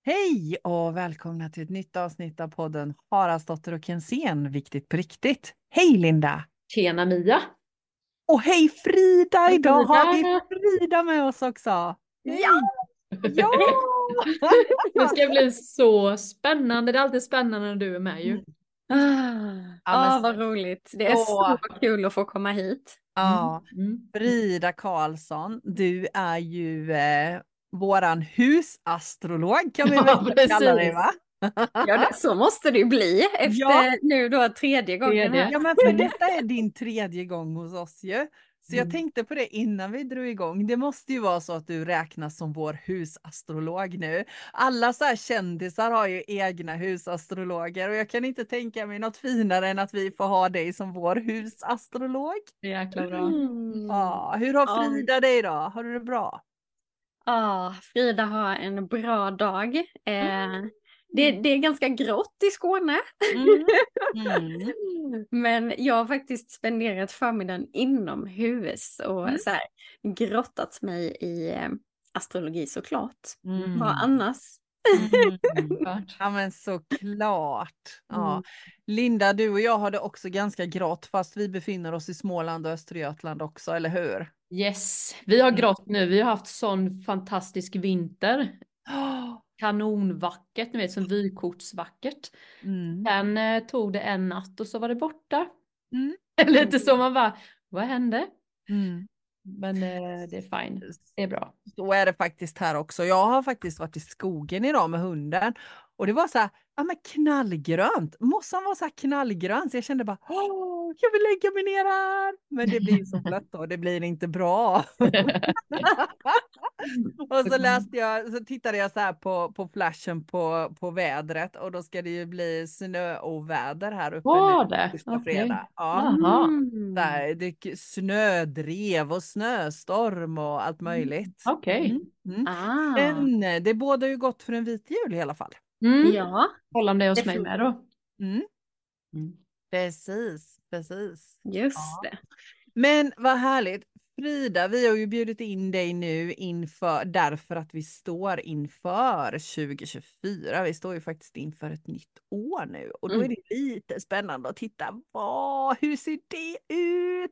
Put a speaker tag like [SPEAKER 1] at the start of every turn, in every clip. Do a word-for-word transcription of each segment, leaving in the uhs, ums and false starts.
[SPEAKER 1] Hej och välkomna till ett nytt avsnitt av podden Haraldsdotter och Kensén, viktigt på riktigt. Hej Linda!
[SPEAKER 2] Tjena Mia!
[SPEAKER 1] Och hej Frida! Idag har vi
[SPEAKER 2] Frida!
[SPEAKER 1] Frida med oss också.
[SPEAKER 2] Ja!
[SPEAKER 1] Hej! Ja!
[SPEAKER 2] Det ska bli så spännande. Det är alltid spännande när du är med ju.
[SPEAKER 1] Mm.
[SPEAKER 3] Ah,
[SPEAKER 1] Ja, men
[SPEAKER 3] ah, vad roligt. Det är
[SPEAKER 1] så,
[SPEAKER 3] så kul att få komma hit.
[SPEAKER 1] ja,
[SPEAKER 2] Mm. Mm.
[SPEAKER 1] Frida Karlsson, du är ju eh, våran husastrolog kan vi väl
[SPEAKER 2] Ja,
[SPEAKER 1] kalla dig,
[SPEAKER 2] precis.
[SPEAKER 1] va?
[SPEAKER 3] Ja, det, så måste det ju bli efter
[SPEAKER 1] Ja.
[SPEAKER 3] nu då tredje gången
[SPEAKER 2] Tredje.
[SPEAKER 3] här.
[SPEAKER 1] Ja, men för detta är din tredje gång hos oss ju. Så jag
[SPEAKER 2] Mm.
[SPEAKER 1] tänkte på det innan vi drog igång. Det måste ju vara så att du räknas som vår husastrolog nu. Alla så här kändisar har ju egna husastrologer och jag kan inte tänka mig något finare än att vi får ha dig som vår husastrolog.
[SPEAKER 2] Jäkla bra.
[SPEAKER 3] Mm.
[SPEAKER 1] Ja, hur har
[SPEAKER 3] Ja.
[SPEAKER 1] Frida dig då? Har du det bra?
[SPEAKER 3] Ah, Frida har en bra dag. Eh,
[SPEAKER 1] Mm.
[SPEAKER 3] det, det är ganska grått i Skåne.
[SPEAKER 1] Mm. Mm.
[SPEAKER 3] Men jag har faktiskt spenderat förmiddagen inomhus och
[SPEAKER 1] Mm.
[SPEAKER 3] så här, grottat mig i eh, astrologi såklart.
[SPEAKER 1] Mm.
[SPEAKER 3] Vad annars?
[SPEAKER 1] Mm. Ja men såklart. Ja.
[SPEAKER 3] Mm.
[SPEAKER 1] Linda, du och jag har det också ganska grått fast vi befinner oss i Småland och Östergötland också, eller hur?
[SPEAKER 2] Yes, vi har grått nu. Vi har haft sån fantastisk vinter.
[SPEAKER 1] Oh.
[SPEAKER 2] Kanonvackert, ni vet, som vykortsvackert.
[SPEAKER 1] Mm.
[SPEAKER 2] Sen eh, tog det en natt och så var det borta.
[SPEAKER 1] Mm.
[SPEAKER 2] Lite så man bara, vad hände?
[SPEAKER 1] Mm.
[SPEAKER 2] Men eh, det är fine. Det är bra.
[SPEAKER 1] Så är det faktiskt här också. Jag har faktiskt varit i skogen idag med hunden och det var så här, ja men knallgrönt. Mossan var så här knallgrön så jag kände bara, åh, jag vill lägga mig ner här. Men det blir så blött och det blir inte bra. Och så läste jag, så tittade jag så här på, på flashen på, på vädret och då ska det ju bli snöoväder här uppe
[SPEAKER 2] Var
[SPEAKER 1] nu.
[SPEAKER 2] det?
[SPEAKER 1] Torsdag,
[SPEAKER 2] Okej.
[SPEAKER 1] fredag. Ja.
[SPEAKER 2] Jaha.
[SPEAKER 3] Mm.
[SPEAKER 1] Där, det, snödrev och snöstorm och allt möjligt.
[SPEAKER 2] Okej.
[SPEAKER 1] Mm, mm.
[SPEAKER 3] Ah.
[SPEAKER 1] Men eh, det bådar ju gott för en vit jul i alla fall.
[SPEAKER 2] Mm.
[SPEAKER 3] Ja,
[SPEAKER 2] Kolla om det är hos
[SPEAKER 3] Det
[SPEAKER 2] mig
[SPEAKER 3] får-
[SPEAKER 2] med då.
[SPEAKER 1] Mm.
[SPEAKER 2] Mm.
[SPEAKER 1] Precis, precis.
[SPEAKER 3] just
[SPEAKER 1] Ja.
[SPEAKER 3] det.
[SPEAKER 1] Men vad härligt. Frida, vi har ju bjudit in dig nu inför, därför att vi står inför tjugo tjugofyra. Vi står ju faktiskt inför ett nytt år nu och då är
[SPEAKER 3] Mm.
[SPEAKER 1] det lite spännande att titta, vad, hur ser det ut?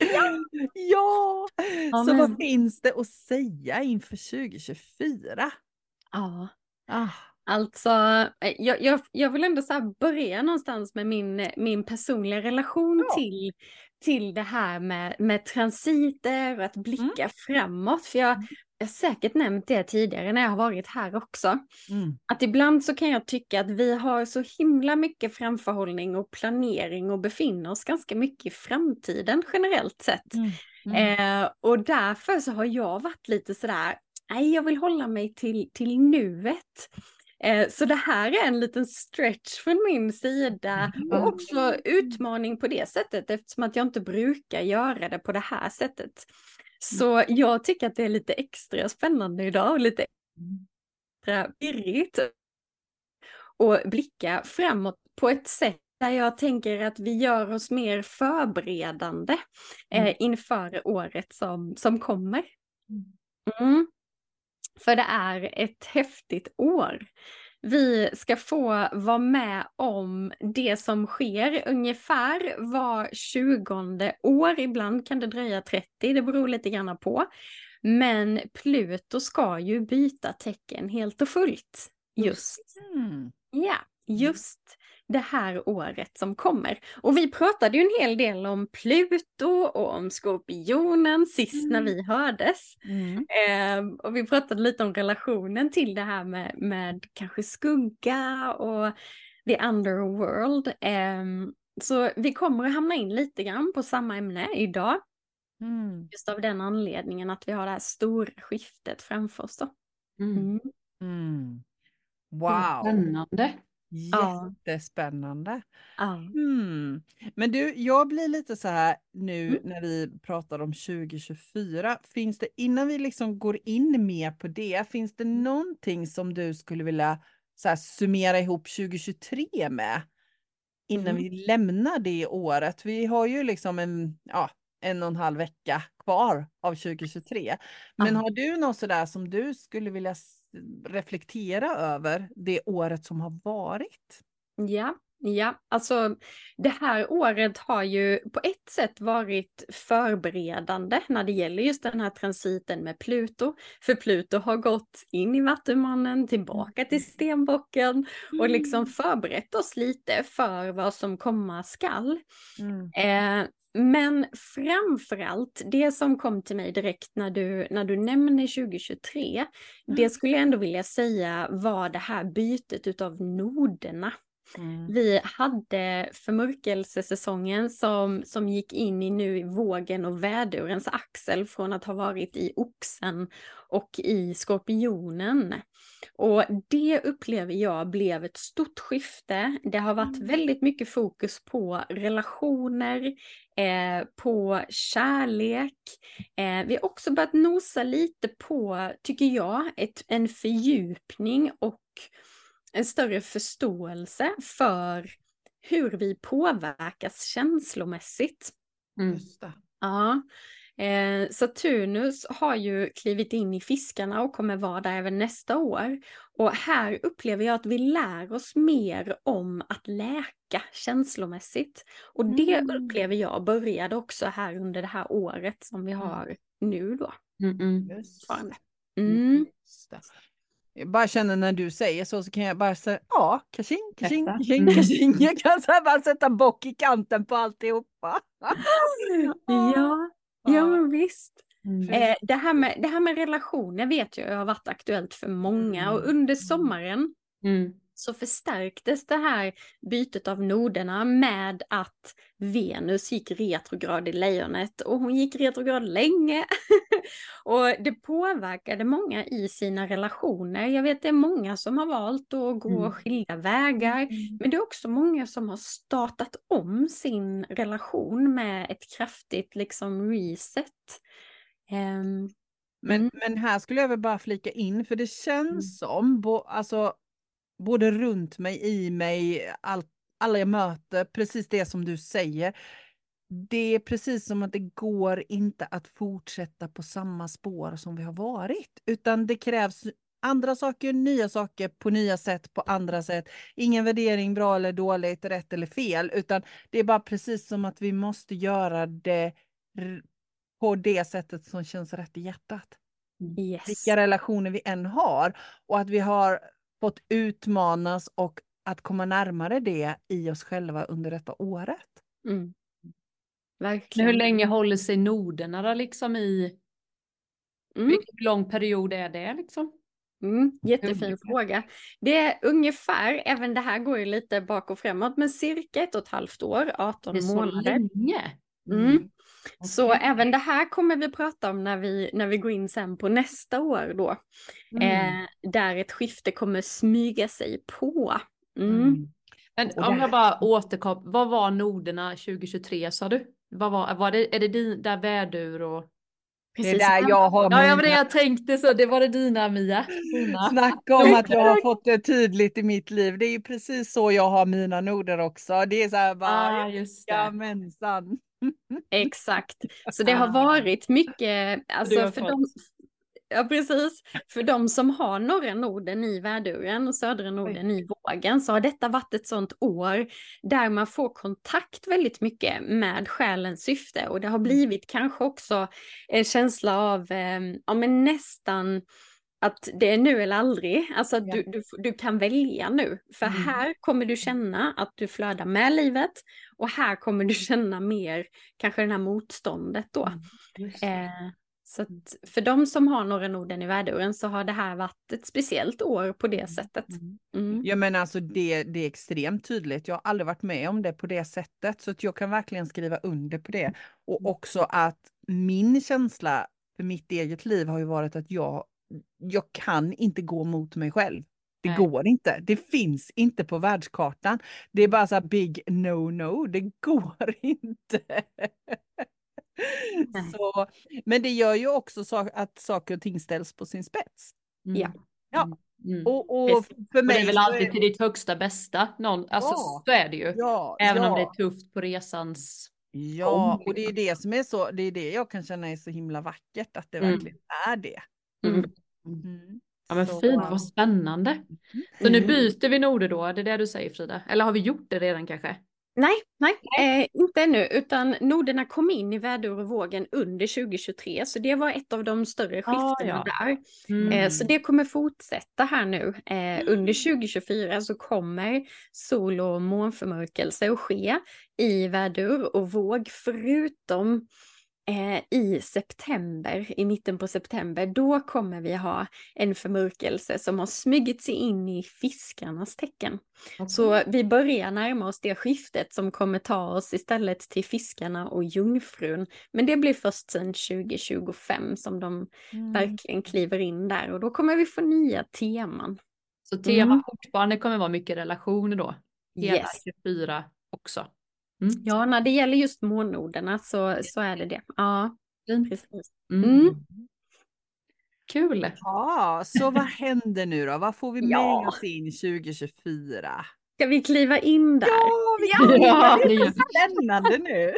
[SPEAKER 1] Ja,
[SPEAKER 3] Ja,
[SPEAKER 1] så vad
[SPEAKER 3] men-
[SPEAKER 1] finns det att säga inför tjugo tjugofyra?
[SPEAKER 3] Ja,
[SPEAKER 1] Ah.
[SPEAKER 3] alltså eh, jag, jag, jag vill ändå så här börja någonstans med min, min personliga relation
[SPEAKER 1] Ja.
[SPEAKER 3] till, till det här med, med transiter och att blicka framåt. För jag
[SPEAKER 1] Mm.
[SPEAKER 3] jag har säkert nämnt det tidigare när jag har varit här också.
[SPEAKER 1] Mm.
[SPEAKER 3] Att ibland så kan jag tycka att vi har så himla mycket framförhållning och planering och befinner oss ganska mycket i framtiden generellt sett.
[SPEAKER 1] Mm. Mm.
[SPEAKER 3] Eh, och därför så har jag varit lite sådär, nej jag vill hålla mig till, till nuet. Eh, så det här är en liten stretch från min sida och också utmaning på det sättet eftersom att jag inte brukar göra det på det här sättet. Så jag tycker att det är lite extra spännande idag och lite extra pirrigt och blicka framåt på ett sätt där jag tänker att vi gör oss mer förberedande eh, inför året som, som kommer. Mm. För det är ett häftigt år. Vi ska få vara med om det som sker ungefär var tjugonde år. Ibland kan det dröja trettio, det beror lite grann på. Men Pluto ska ju byta tecken helt och fullt. Just.
[SPEAKER 1] Mm.
[SPEAKER 3] Ja, just det här året som kommer. Och vi pratade ju en hel del om Pluto och om Skorpionen sist när vi hördes.
[SPEAKER 1] Mm.
[SPEAKER 3] Eh, och vi pratade lite om relationen till det här med, med kanske skugga och the underworld. Eh, så vi kommer att hamna in lite grann på samma ämne idag.
[SPEAKER 1] Mm.
[SPEAKER 3] Just av den anledningen att vi har det här stora skiftet framför oss då.
[SPEAKER 2] Mm.
[SPEAKER 3] Mm.
[SPEAKER 1] Mm. Wow,
[SPEAKER 2] Spännande.
[SPEAKER 3] Ja.
[SPEAKER 1] jättespännande.
[SPEAKER 3] Ja.
[SPEAKER 1] Mm. Men du, jag blir lite så här nu
[SPEAKER 3] Mm.
[SPEAKER 1] när vi pratar om tjugo tjugofyra. Finns det, innan vi liksom går in mer på det, finns det någonting som du skulle vilja så här, summera ihop tjugo tjugotre med? Innan
[SPEAKER 3] Mm.
[SPEAKER 1] vi lämnar det året. Vi har ju liksom en, ja, en och en halv vecka kvar av tjugo tjugotre. Men
[SPEAKER 3] Ja.
[SPEAKER 1] har du något sådär som du skulle vilja reflektera över det året som har varit.
[SPEAKER 3] Ja, ja, alltså det här året har ju på ett sätt varit förberedande när det gäller just den här transiten med Pluto. För Pluto har gått in i Vattumannen, tillbaka till Stenbocken och liksom förberett oss lite för vad som komma skall.
[SPEAKER 1] Mm.
[SPEAKER 3] Eh, men framförallt det som kom till mig direkt när du, när du nämner tjugohundratjugotre, mm. det skulle jag ändå vilja säga var det här bytet utav noderna. Mm. Vi hade förmörkelsesäsongen som, som gick in i nu i vågen och vädurens axel från att ha varit i oxen och i skorpionen. Och det upplever jag blev ett stort skifte. Det har varit mm. väldigt mycket fokus på relationer, eh, på kärlek. Eh, vi har också börjat nosa lite på, tycker jag, ett, en fördjupning och en större förståelse för hur vi påverkas känslomässigt.
[SPEAKER 1] Mm. Just det.
[SPEAKER 3] Ja. Eh, Saturnus har ju klivit in i fiskarna och kommer vara där även nästa år. Och här upplever jag att vi lär oss mer om att läka känslomässigt. Och det mm. upplever jag började också här under det här året som vi har nu då.
[SPEAKER 1] Mm. Just det. Mm. Just det. Jag bara känner när du säger så så kan jag bara säga ja, kaching, kaching, kaching, kaching. Jag kan så här bara sätta bock i kanten på alltihopa.
[SPEAKER 3] Ja, ja men visst. Mm. Eh, det, här med, det här med relationer vet jag har varit aktuellt för många och under sommaren mm. så förstärktes det här bytet av noderna med att Venus gick retrograd i lejonet och hon gick retrograd länge. Och det påverkade många i sina relationer. Jag vet det är många som har valt att gå mm. skilda vägar. Mm. Men det är också många som har startat om sin relation med ett kraftigt liksom reset. Um,
[SPEAKER 1] men, mm. men här skulle jag väl bara flika in. För det känns mm. som bo, alltså, både runt mig, i mig, all, alla jag möter, precis det som du säger. Det är precis som att det går inte att fortsätta på samma spår som vi har varit. Utan det krävs andra saker, nya saker på nya sätt, på andra sätt. Ingen värdering, bra eller dåligt, rätt eller fel. Utan det är bara precis som att vi måste göra det på det sättet som känns rätt i hjärtat.
[SPEAKER 3] Yes.
[SPEAKER 1] Vilka relationer vi än har. Och att vi har fått utmanas och att komma närmare det i oss själva under detta året.
[SPEAKER 3] Mm. Verkligen.
[SPEAKER 2] Hur länge håller sig noderna då liksom i, mm. vilken lång period är det liksom?
[SPEAKER 3] Mm, jättefin ungefär. Fråga. Det är ungefär, även det här går ju lite bak och framåt, men cirka ett och ett halvt år, arton
[SPEAKER 2] det är så
[SPEAKER 3] månader.
[SPEAKER 2] Länge.
[SPEAKER 3] Mm. Mm. Okay. Så även det här kommer vi prata om när vi, när vi går in sen på nästa år då. Mm. Eh, där ett skifte kommer smyga sig på. Mm.
[SPEAKER 2] Mm. Men om jag bara återkom, vad var noderna tjugohundratjugotre sa du? Vad var, var det, är det din, där vädur och...
[SPEAKER 1] Precis. Det är där jag har
[SPEAKER 2] ja, ja, men det jag tänkte så, det var det dina, Mia. Dina.
[SPEAKER 1] Snacka om att jag har fått det tydligt i mitt liv. Det är ju precis så jag har mina noder också. Det är så här bara,
[SPEAKER 2] ah, just
[SPEAKER 1] ja mensan.
[SPEAKER 3] Exakt. Så det har varit mycket, alltså för dem, ja precis, för de som har norra noden i värduren och södra noden i vågen så har detta varit ett sånt år där man får kontakt väldigt mycket med själens syfte och det har blivit kanske också en känsla av eh, ja, men nästan att det är nu eller aldrig, alltså att ja. du, du, du kan välja nu, för mm. här kommer du känna att du flödar med livet och här kommer du känna mer kanske den här motståndet då. Mm. Eh, så att för de som har norra noden i värduren så har det här varit ett speciellt år på det sättet.
[SPEAKER 1] Mm. Ja men alltså det, det är extremt tydligt. Jag har aldrig varit med om det på det sättet så att jag kan verkligen skriva under på det. Och också att min känsla för mitt eget liv har ju varit att jag, jag kan inte gå mot mig själv. Det Nej. går inte. Det finns inte på världskartan. Det är bara så här big no no. Det går inte. Så, men det gör ju också så att saker och ting ställs på sin spets.
[SPEAKER 3] Mm. Ja.
[SPEAKER 1] Ja.
[SPEAKER 2] Mm.
[SPEAKER 1] Och, och, för mig
[SPEAKER 2] och det är väl alltid är... till ditt högsta bästa. Någon, alltså
[SPEAKER 1] ja.
[SPEAKER 2] så är det ju.
[SPEAKER 1] Ja.
[SPEAKER 2] Även
[SPEAKER 1] ja.
[SPEAKER 2] om det är tufft på resans.
[SPEAKER 1] Ja, och det är det som är så. Det är det jag kan känna är så himla vackert. Att det mm. verkligen är det.
[SPEAKER 2] Mm.
[SPEAKER 1] Mm.
[SPEAKER 2] Ja men
[SPEAKER 1] Så,
[SPEAKER 2] fint, vad spännande.
[SPEAKER 1] Mm.
[SPEAKER 2] Så nu
[SPEAKER 3] Mm.
[SPEAKER 2] byter vi noder då, det är det du säger Frida? Eller har vi gjort det redan kanske?
[SPEAKER 3] Nej, nej, eh, inte ännu, utan noderna kom in i vädur och vågen under tjugo tjugotre, så det var ett av de större skiftena
[SPEAKER 2] Ah, ja.
[SPEAKER 3] där.
[SPEAKER 2] Mm.
[SPEAKER 3] Eh, så det kommer fortsätta här nu. Eh, under tjugo tjugofyra så kommer sol- och månförmörkelse att ske i vädur och våg, förutom eh, i september, i mitten på september, då kommer vi ha en förmörkelse som har smugit sig in i fiskarnas tecken.
[SPEAKER 2] Okay.
[SPEAKER 3] Så vi börjar närma oss det skiftet som kommer ta oss istället till fiskarna och jungfrun. Men det blir först sedan tjugo tjugofem som de
[SPEAKER 1] Mm.
[SPEAKER 3] verkligen kliver in där. Och då kommer vi få nya teman.
[SPEAKER 2] Så tema
[SPEAKER 3] Mm.
[SPEAKER 2] fortfarande kommer vara mycket relationer då? Hela
[SPEAKER 3] Yes.
[SPEAKER 2] tjugofyra också? Mm.
[SPEAKER 3] Ja, när det gäller just månnoderna så, så är det det. Ja,
[SPEAKER 2] Fint.
[SPEAKER 3] precis.
[SPEAKER 2] Mm.
[SPEAKER 3] Mm.
[SPEAKER 2] Kul!
[SPEAKER 1] Ja, så vad händer nu då? Vad får vi
[SPEAKER 3] Ja.
[SPEAKER 1] med oss in tjugo tjugofyra?
[SPEAKER 3] Ska vi kliva in där?
[SPEAKER 1] Ja, vi
[SPEAKER 2] Ja,
[SPEAKER 1] kan ja,
[SPEAKER 2] det
[SPEAKER 1] det
[SPEAKER 2] gör
[SPEAKER 1] är så spännande nu.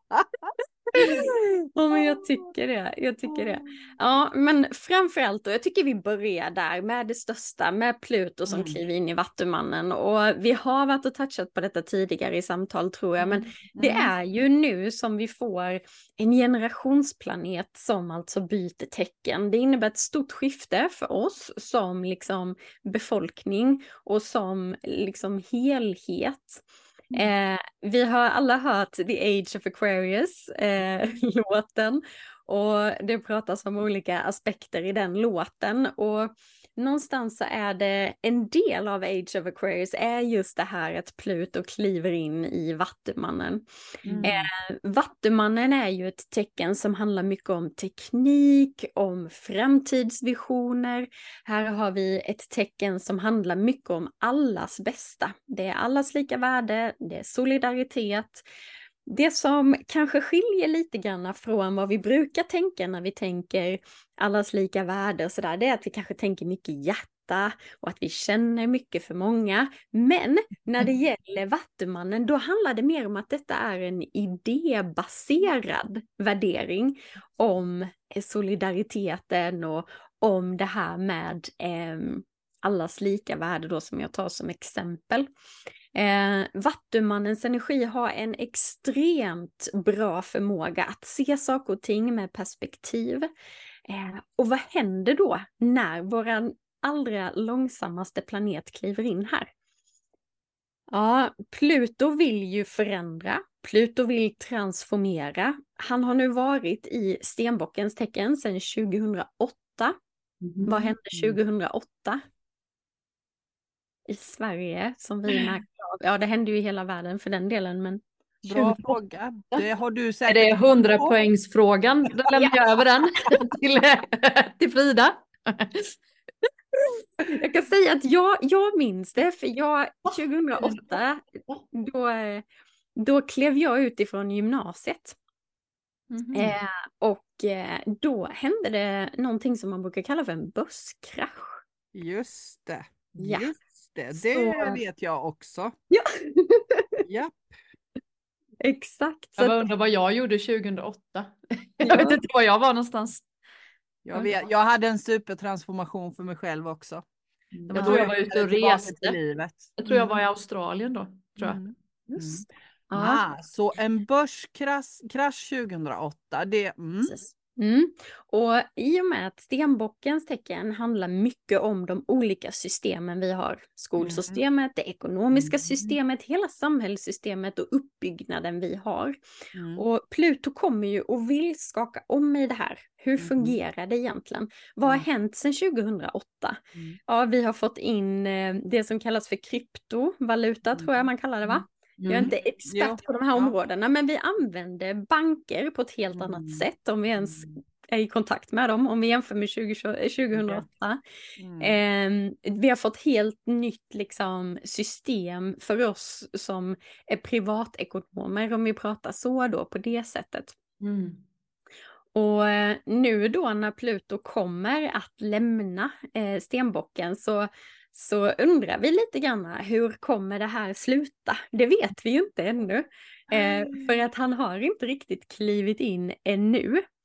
[SPEAKER 3] Ja, men jag tycker det. Jag tycker det. Ja, men framförallt då, jag tycker vi börjar där med det största, med Pluto som
[SPEAKER 1] Mm.
[SPEAKER 3] kliver in i Vattumannen. Och vi har varit och touchat på detta tidigare i samtal tror jag, men det
[SPEAKER 1] Mm.
[SPEAKER 3] är ju nu som vi får en generationsplanet som alltså byter tecken. Det innebär ett stort skifte för oss som liksom befolkning och som liksom helhet. Eh, vi har alla hört The Age of Aquarius, eh, låten, och det pratas om olika aspekter i den låten, och någonstans så är det en del av Age of Aquarius är just det här att Pluto kliver in i Vattumannen.
[SPEAKER 1] Mm.
[SPEAKER 3] Eh, Vattumannen är ju ett tecken som handlar mycket om teknik, om framtidsvisioner. Här har vi ett tecken som handlar mycket om allas bästa. Det är allas lika värde, det är solidaritet. Det som kanske skiljer lite grann från vad vi brukar tänka när vi tänker allas lika värde och sådär, det är att vi kanske tänker mycket hjärta och att vi känner mycket för många. Men när det gäller Vattumannen, då handlar det mer om att detta är en idébaserad värdering om solidariteten och om det här med eh, allas lika värde då, som jag tar som exempel. Eh, Vattumannens energi har en extremt bra förmåga att se saker och ting med perspektiv. Eh, och vad händer då när våran allra långsammaste planet kliver in här? Ja, Pluto vill ju förändra. Pluto vill transformera. Han har nu varit i stenbockens tecken sedan tjugohundraåtta. Mm. Vad hände tjugohundraåtta? I Sverige som vi märker av. Ja, det hände ju i hela världen för den delen, men
[SPEAKER 1] Bra fråga. Det har du säkert.
[SPEAKER 2] Är det hundrapoängsfrågan? Då lämnar jag över den till, till Frida.
[SPEAKER 3] Jag kan säga att jag, jag minns det, för jag tjugohundraåtta, då, då klev jag ut ifrån gymnasiet. Mm-hmm. Eh, och eh, då hände det någonting som man brukar kalla för en börskrasch.
[SPEAKER 1] Just det.
[SPEAKER 3] Ja.
[SPEAKER 1] Just det. Det
[SPEAKER 3] Så...
[SPEAKER 1] vet jag också.
[SPEAKER 3] Ja.
[SPEAKER 1] Ja.
[SPEAKER 3] Exakt.
[SPEAKER 2] Jag bara undrar vad jag gjorde tjugohundraåtta. Jag
[SPEAKER 3] Ja.
[SPEAKER 2] vet inte var jag var någonstans.
[SPEAKER 1] Jag, vet, jag hade en supertransformation för mig själv också.
[SPEAKER 2] Jag tror jag var ute och reste.
[SPEAKER 1] Livet.
[SPEAKER 2] Jag tror jag var i Australien då. Tror jag.
[SPEAKER 1] Mm. Just.
[SPEAKER 3] Ja.
[SPEAKER 1] Ah, så en börskrasch tjugohundraåtta. Det, mm.
[SPEAKER 3] Mm. Och i och med att stenbockens tecken handlar mycket om de olika systemen vi har. Skolsystemet, det ekonomiska systemet, hela samhällssystemet och uppbyggnaden vi har. Mm. Och Pluto kommer ju och vill skaka om i det här. Hur fungerar det egentligen? Vad har hänt sedan tjugohundraåtta? Mm. Ja, vi har fått in eh, det som kallas för kryptovaluta, mm. tror jag man kallar det, va? Jag är inte expert jo. på de här områdena, men vi använder banker på ett helt mm. annat sätt om vi ens är i kontakt med dem, om vi jämför med tjugo, tjugohundraåtta. Mm. Eh, vi har fått helt nytt liksom, system för oss som är privatekonomer, om vi pratar så då på det sättet. Mm. Och nu då när Pluto kommer att lämna eh, stenbocken så Så undrar vi lite grann, hur kommer det här sluta? Det vet vi ju inte ännu. Eh, för att han har inte riktigt klivit in ännu.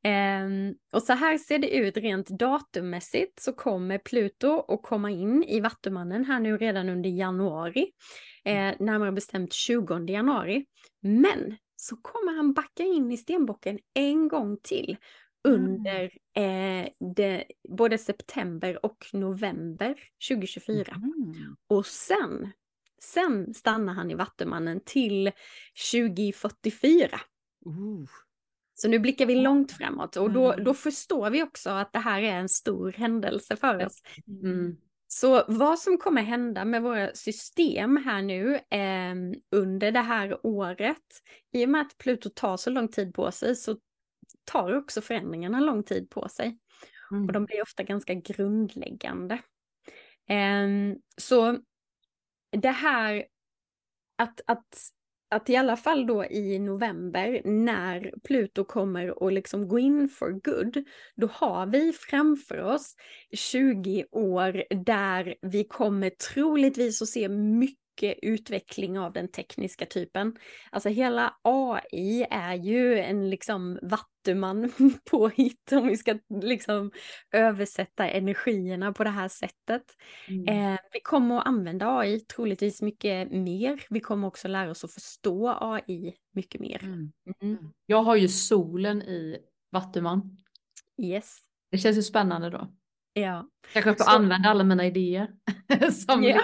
[SPEAKER 3] Um, och så här ser det ut rent datummässigt, så kommer Pluto att komma in i Vattumannen här nu redan under januari, eh, närmare bestämt tjugonde januari. Men så kommer han backa in i stenbocken en gång till under eh, det, både september och november tjugohundratjugofyra.
[SPEAKER 1] Mm.
[SPEAKER 3] Och sen, sen stannar han i Vattumannen till tjugohundrafyrtiofyra.
[SPEAKER 1] Uh.
[SPEAKER 3] Så nu blickar vi långt framåt, och då, då förstår vi också att det här är en stor händelse för oss.
[SPEAKER 2] Mm.
[SPEAKER 3] Så vad som kommer hända med våra system här nu eh, under det här året, i och med att Pluto tar så lång tid på sig, så tar också förändringarna lång tid på sig.
[SPEAKER 2] Mm.
[SPEAKER 3] Och de blir ofta ganska grundläggande. Eh, så det här att, att Att i alla fall då i november, när Pluto kommer att liksom gå in for good, då har vi framför oss tjugo år där vi kommer troligtvis att se mycket utveckling av den tekniska typen. Alltså hela A I är ju en liksom vattuman påhitt, om vi ska liksom översätta energierna på det här sättet.
[SPEAKER 2] Mm.
[SPEAKER 3] Eh, vi kommer att använda A I troligtvis mycket mer. Vi kommer också lära oss att förstå A I mycket mer.
[SPEAKER 2] Mm.
[SPEAKER 3] Mm.
[SPEAKER 2] Jag har ju solen i Vattuman.
[SPEAKER 3] Yes.
[SPEAKER 2] Det känns ju spännande då.
[SPEAKER 3] Ja.
[SPEAKER 2] Kanske får
[SPEAKER 3] Så-
[SPEAKER 2] använda alla mina idéer. Som
[SPEAKER 3] Ja.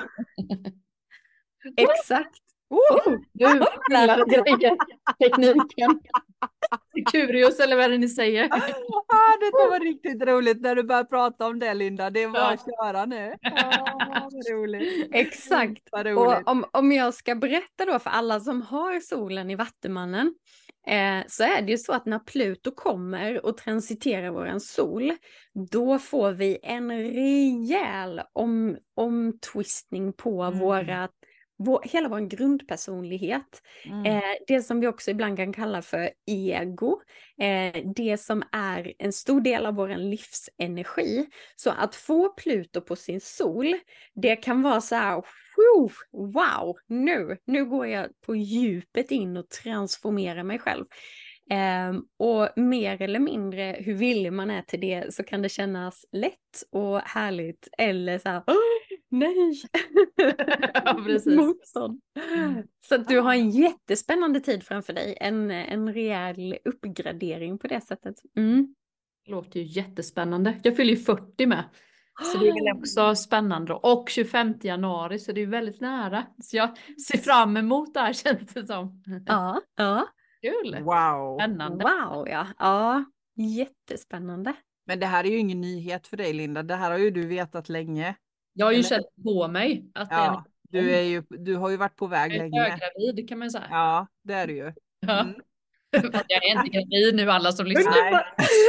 [SPEAKER 3] Exakt. Oh!
[SPEAKER 2] du lärare grejer. Tekniken. Curious eller vad är det ni säger?
[SPEAKER 1] Ah, det var riktigt roligt när du började prata om det, Linda. Det var
[SPEAKER 2] Ja.
[SPEAKER 1] att köra nu. Ah, vad roligt.
[SPEAKER 3] Exakt.
[SPEAKER 1] Vad roligt.
[SPEAKER 3] Och om, om jag ska berätta då för alla som har solen i Vattumannen, eh, så är det ju så att när Pluto kommer och transiterar våran sol, då får vi en rejäl om, omtvistning på
[SPEAKER 1] Mm.
[SPEAKER 3] våra, vår, hela vår grundpersonlighet.
[SPEAKER 1] Mm.
[SPEAKER 3] Eh, det som vi också ibland kan kalla för ego. Eh, det som är en stor del av vår livsenergi. Så att få Pluto på sin sol, det kan vara så här, "Whew, wow, nu, nu går jag på djupet in och transformerar mig själv." Eh, och mer eller mindre hur villig man är till det, så kan det kännas lätt och härligt, eller så här, "Åh, nej."
[SPEAKER 2] Ja, precis.
[SPEAKER 3] Motstånd.
[SPEAKER 2] Mm.
[SPEAKER 3] Så att du har en jättespännande tid framför dig. En, en rejäl uppgradering på det sättet. Mm.
[SPEAKER 2] Det låter ju jättespännande. Jag fyller ju fyrtio med. Så det är väl också spännande då. Och tjugofemte januari, så det är väldigt nära. Så jag ser fram emot det här, känns det som.
[SPEAKER 3] Ja, ja.
[SPEAKER 2] Kul.
[SPEAKER 1] Wow.
[SPEAKER 2] Spännande.
[SPEAKER 3] Wow, ja. Ja, jättespännande.
[SPEAKER 1] Men det här är ju ingen nyhet för dig, Linda. Det här har ju du vetat länge.
[SPEAKER 2] Jag har ju
[SPEAKER 1] Eller-
[SPEAKER 2] känt på mig att
[SPEAKER 1] Ja,
[SPEAKER 2] det är
[SPEAKER 1] du, är ju, du har ju varit på väg
[SPEAKER 2] jag är
[SPEAKER 1] länge.
[SPEAKER 2] höggravid, kan man säga.
[SPEAKER 1] Ja, det är du ju.
[SPEAKER 2] Ja.
[SPEAKER 1] Mm.
[SPEAKER 2] Fast jag är inte gravid nu, alla som lyssnar.
[SPEAKER 1] Nej.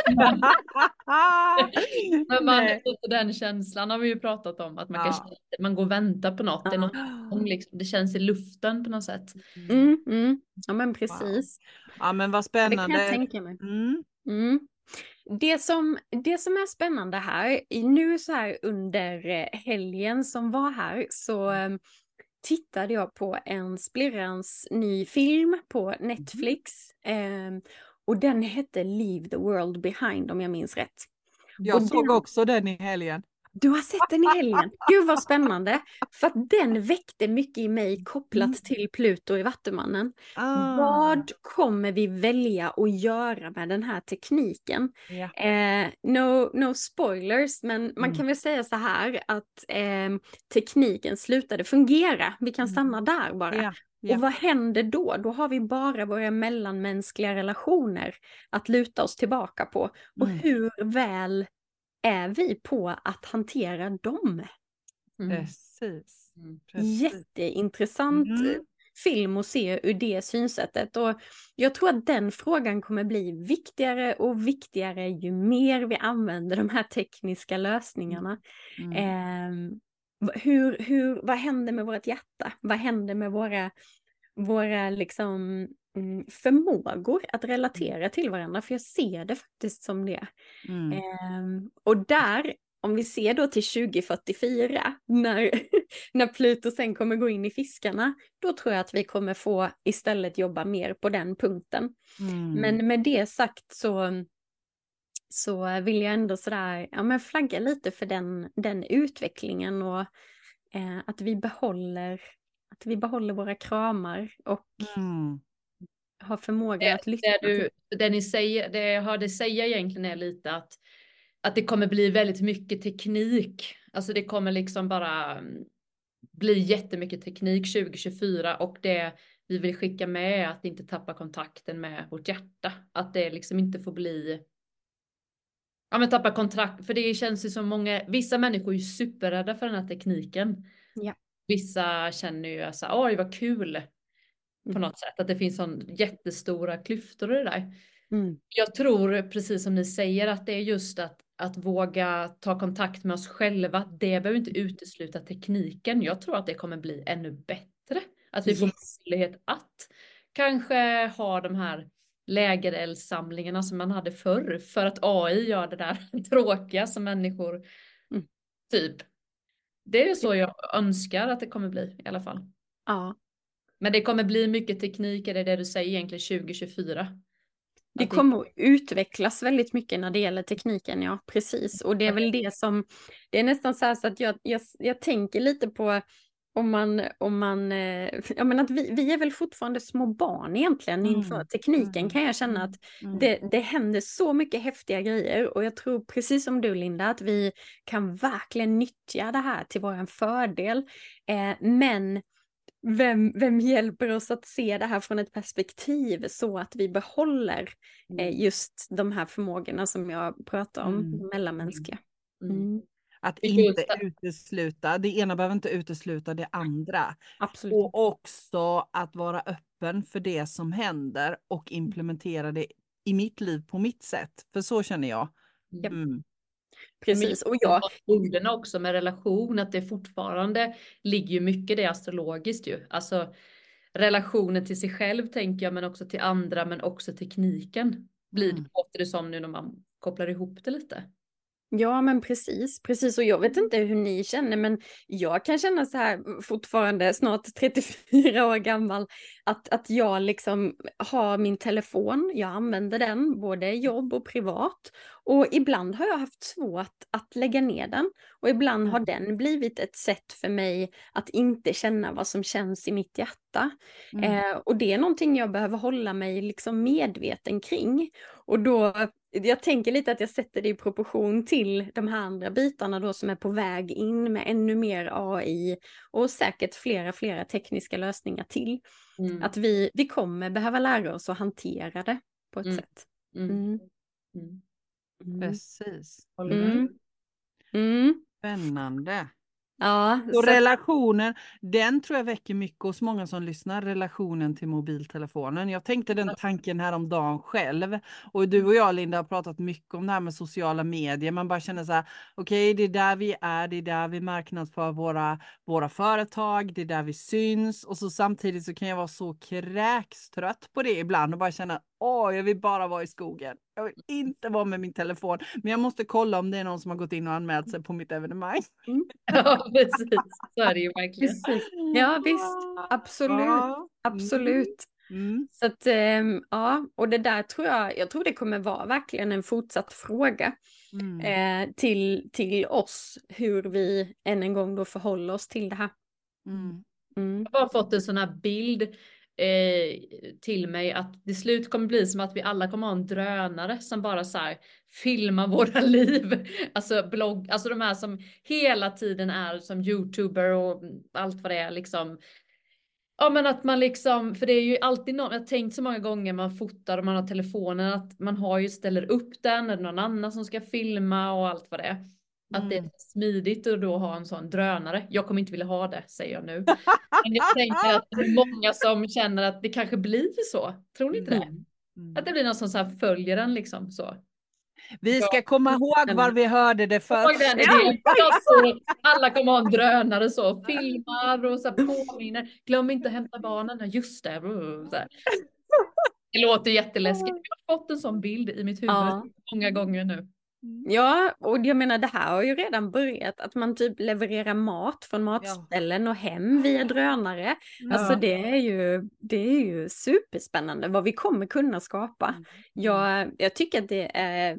[SPEAKER 2] Men man,
[SPEAKER 1] Nej.
[SPEAKER 2] lite den känslan har vi ju pratat om, att man, kan
[SPEAKER 1] Ja.
[SPEAKER 2] känna, att man går och väntar på något. Det, är något som liksom, det känns i luften på något sätt.
[SPEAKER 3] Mm, mm. Ja, men precis.
[SPEAKER 1] Ja, men vad
[SPEAKER 3] Det kan
[SPEAKER 1] spännande.
[SPEAKER 3] jag tänka mig.
[SPEAKER 1] Mm.
[SPEAKER 3] Mm. Det som, det som är spännande här, i nu så här under eh, helgen som var här, så eh, tittade jag på en splirrans ny film på Netflix. Eh, och den hette Leave the World Behind, om jag minns rätt.
[SPEAKER 1] Jag
[SPEAKER 3] Och
[SPEAKER 1] såg
[SPEAKER 3] den-
[SPEAKER 1] också den i helgen.
[SPEAKER 3] Du har sett den i helgen. Gud vad spännande. För att den väckte mycket i mig kopplat
[SPEAKER 1] Mm.
[SPEAKER 3] till Pluto i Vattumannen.
[SPEAKER 1] Ah.
[SPEAKER 3] Vad kommer vi välja att göra med den här tekniken?
[SPEAKER 1] Ja.
[SPEAKER 3] Eh, no, no spoilers, men man
[SPEAKER 1] Mm.
[SPEAKER 3] kan väl säga så här att eh, tekniken slutade fungera. Vi kan stanna där bara.
[SPEAKER 1] Ja. Ja.
[SPEAKER 3] Och vad händer då? Då har vi bara våra mellanmänskliga relationer att luta oss tillbaka på. Och
[SPEAKER 1] Mm.
[SPEAKER 3] hur väl är vi på att hantera dem?
[SPEAKER 2] Mm.
[SPEAKER 1] Precis.
[SPEAKER 2] Mm.
[SPEAKER 1] Precis.
[SPEAKER 3] Jätteintressant
[SPEAKER 1] Mm.
[SPEAKER 3] film att se ur det synsättet. Och jag tror att den frågan kommer bli viktigare och viktigare ju mer vi använder de här tekniska lösningarna.
[SPEAKER 1] Mm.
[SPEAKER 3] Eh, hur, hur, vad händer med vårt hjärta? Vad händer med våra, våra liksom, mm, förmågor att relatera till varandra? För jag ser det faktiskt som det.
[SPEAKER 1] Mm.
[SPEAKER 3] Eh, och där, om vi ser då till tjugo fyrtiofyra, när, när Pluto sen kommer gå in i fiskarna, då tror jag att vi kommer få istället jobba mer på den punkten.
[SPEAKER 1] Mm.
[SPEAKER 3] Men med det sagt så, så vill jag ändå sådär, ja, men flagga lite för den, den utvecklingen och eh, att vi behåller att vi behåller våra kramar och
[SPEAKER 1] Mm.
[SPEAKER 3] har förmågan
[SPEAKER 2] Det,
[SPEAKER 3] att lyssna.
[SPEAKER 2] det, du, det ni säger, det jag hörde säga egentligen är lite att, att det kommer bli väldigt mycket teknik. Alltså det kommer liksom bara mm, bli jättemycket teknik tjugo tjugofyra, och det vi vill skicka med är att inte tappa kontakten med vårt hjärta. Att det liksom inte får bli, ja men tappa kontakt, för det känns ju som många, vissa människor är ju superrädda för den här tekniken.
[SPEAKER 3] Ja.
[SPEAKER 2] Vissa känner ju så här, oj vad kul på
[SPEAKER 3] Mm.
[SPEAKER 2] något sätt, att det finns sån jättestora klyftor i det där.
[SPEAKER 3] Mm.
[SPEAKER 2] Jag tror, precis som ni säger, att det är just att, att våga ta kontakt med oss själva. Det behöver inte utesluta tekniken. Jag tror att det kommer bli ännu bättre. Att vi får
[SPEAKER 3] Yes.
[SPEAKER 2] möjlighet att kanske ha de här lägereldssamlingarna som man hade förr. För att A I gör det där tråkiga som människor
[SPEAKER 3] Mm.
[SPEAKER 2] typ. Det är så jag önskar att det kommer bli i alla fall.
[SPEAKER 3] Ja.
[SPEAKER 2] Men det kommer bli mycket teknik, är det det du säger egentligen tjugo tjugofyra?
[SPEAKER 3] Det kommer att utvecklas väldigt mycket när det gäller tekniken, ja precis. Och det är väl det som, det är nästan så här så att jag, jag, jag tänker lite på om man, om man, eh, jag menar att vi, vi är väl fortfarande små barn egentligen
[SPEAKER 1] Mm.
[SPEAKER 3] inför tekniken,
[SPEAKER 1] Mm.
[SPEAKER 3] kan jag känna att
[SPEAKER 1] Mm.
[SPEAKER 3] det, det händer så mycket häftiga grejer och jag tror precis som du Linda att vi kan verkligen nyttja det här till vår fördel. Eh, men Vem, vem hjälper oss att se det här från ett perspektiv så att vi behåller eh, just de här förmågorna som jag pratar om,
[SPEAKER 1] Mm.
[SPEAKER 3] de mellanmänskliga.
[SPEAKER 2] Mm.
[SPEAKER 3] Mm.
[SPEAKER 1] Att
[SPEAKER 2] Just
[SPEAKER 1] inte
[SPEAKER 2] det.
[SPEAKER 1] utesluta, det ena behöver inte utesluta det andra.
[SPEAKER 3] Absolut.
[SPEAKER 1] Och också att vara öppen för det som händer och implementera det i mitt liv på mitt sätt. För så känner jag.
[SPEAKER 3] Japp.
[SPEAKER 1] Mm.
[SPEAKER 3] Precis, och jag,
[SPEAKER 2] Orden också med relation, att det fortfarande ligger ju mycket det astrologiskt ju. Alltså relationen till sig själv tänker jag, men också till andra, men också tekniken. Blir det,
[SPEAKER 1] Mm.
[SPEAKER 2] låter det som nu när man kopplar ihop det lite.
[SPEAKER 3] ja men precis, precis och jag vet inte hur ni känner men jag kan känna så här fortfarande snart trettiofyra år gammal att, att jag liksom har min telefon, jag använder den både jobb och privat och ibland har jag haft svårt att lägga ner den och ibland har den blivit ett sätt för mig att inte känna vad som känns i mitt hjärta.
[SPEAKER 1] Mm.
[SPEAKER 3] Eh, och det är någonting jag behöver hålla mig liksom medveten kring och då jag tänker lite att jag sätter det i proportion till de här andra bitarna då som är på väg in med ännu mer A I och säkert flera, flera tekniska lösningar till.
[SPEAKER 2] Mm.
[SPEAKER 3] Att vi, vi kommer behöva lära oss att hantera det på ett
[SPEAKER 2] Mm.
[SPEAKER 3] sätt.
[SPEAKER 2] Mm.
[SPEAKER 3] Mm.
[SPEAKER 2] Mm.
[SPEAKER 3] Mm.
[SPEAKER 1] Precis.
[SPEAKER 2] Håller med.
[SPEAKER 3] Mm. Mm.
[SPEAKER 1] Spännande.
[SPEAKER 3] Ja,
[SPEAKER 1] Och
[SPEAKER 3] så,
[SPEAKER 1] relationen, den tror jag väcker mycket hos många som lyssnar, relationen till mobiltelefonen. Jag tänkte den tanken här om dagen själv. Och du och jag Linda har pratat mycket om det här med sociala medier. Man bara känner så här, okej okay, det är där vi är, det är där vi marknadsför våra, våra företag, det är där vi syns. Och så samtidigt så kan jag vara så kräkstrött på det ibland och bara känna, åh jag vill bara vara i skogen. Jag vill inte vara med min telefon. Men jag måste kolla om det är någon som har gått in och anmält sig på mitt evenemang.
[SPEAKER 3] mm.
[SPEAKER 2] Ja, precis. Så är det ju verkligen.
[SPEAKER 3] Precis. Ja visst, absolut,
[SPEAKER 1] Ja.
[SPEAKER 3] absolut.
[SPEAKER 1] Mm.
[SPEAKER 3] Så att, ehm, ja, och det där tror jag, jag tror det kommer vara verkligen en fortsatt fråga
[SPEAKER 1] Mm.
[SPEAKER 3] eh, till, till oss, hur vi än en gång då förhåller oss till det här.
[SPEAKER 1] Mm.
[SPEAKER 3] Mm.
[SPEAKER 2] Jag har fått en sån här bild eh, till mig att det slut kommer bli som att vi alla kommer ha en drönare som bara så här filmar våra liv. Alltså blogg, alltså de här som hela tiden är som youtuber och allt vad det är liksom. Ja men att man liksom, för det är ju alltid någon, jag har tänkt så många gånger man fotar och man har telefonen att man har ju ställer upp den eller någon annan som ska filma och allt vad det är. Att det är smidigt att då ha en sån drönare. Jag kommer inte vilja ha det, säger jag nu. Men jag tänker att det är många som känner att det kanske blir så. Tror ni inte det?
[SPEAKER 1] Mm.
[SPEAKER 2] Att det blir någon som så här följer den liksom så.
[SPEAKER 1] Vi ska komma ihåg var vi hörde det
[SPEAKER 2] Jag
[SPEAKER 1] först.
[SPEAKER 2] den idén. Jag tror att alla kommer ha en drönare så. Filmar och så här påminner. Glöm inte att hämta barnen. Ja, just det. Så här. Det låter jätteläskigt. Jag har fått en sån bild i mitt huvud
[SPEAKER 3] Ja.
[SPEAKER 2] många gånger nu.
[SPEAKER 3] Ja, och jag menar det här har ju redan börjat, att man typ levererar mat från matställen och hem via drönare.
[SPEAKER 1] Ja.
[SPEAKER 3] Alltså det är ju, det är ju superspännande vad vi kommer kunna skapa.
[SPEAKER 1] Mm.
[SPEAKER 3] Jag, jag tycker att det är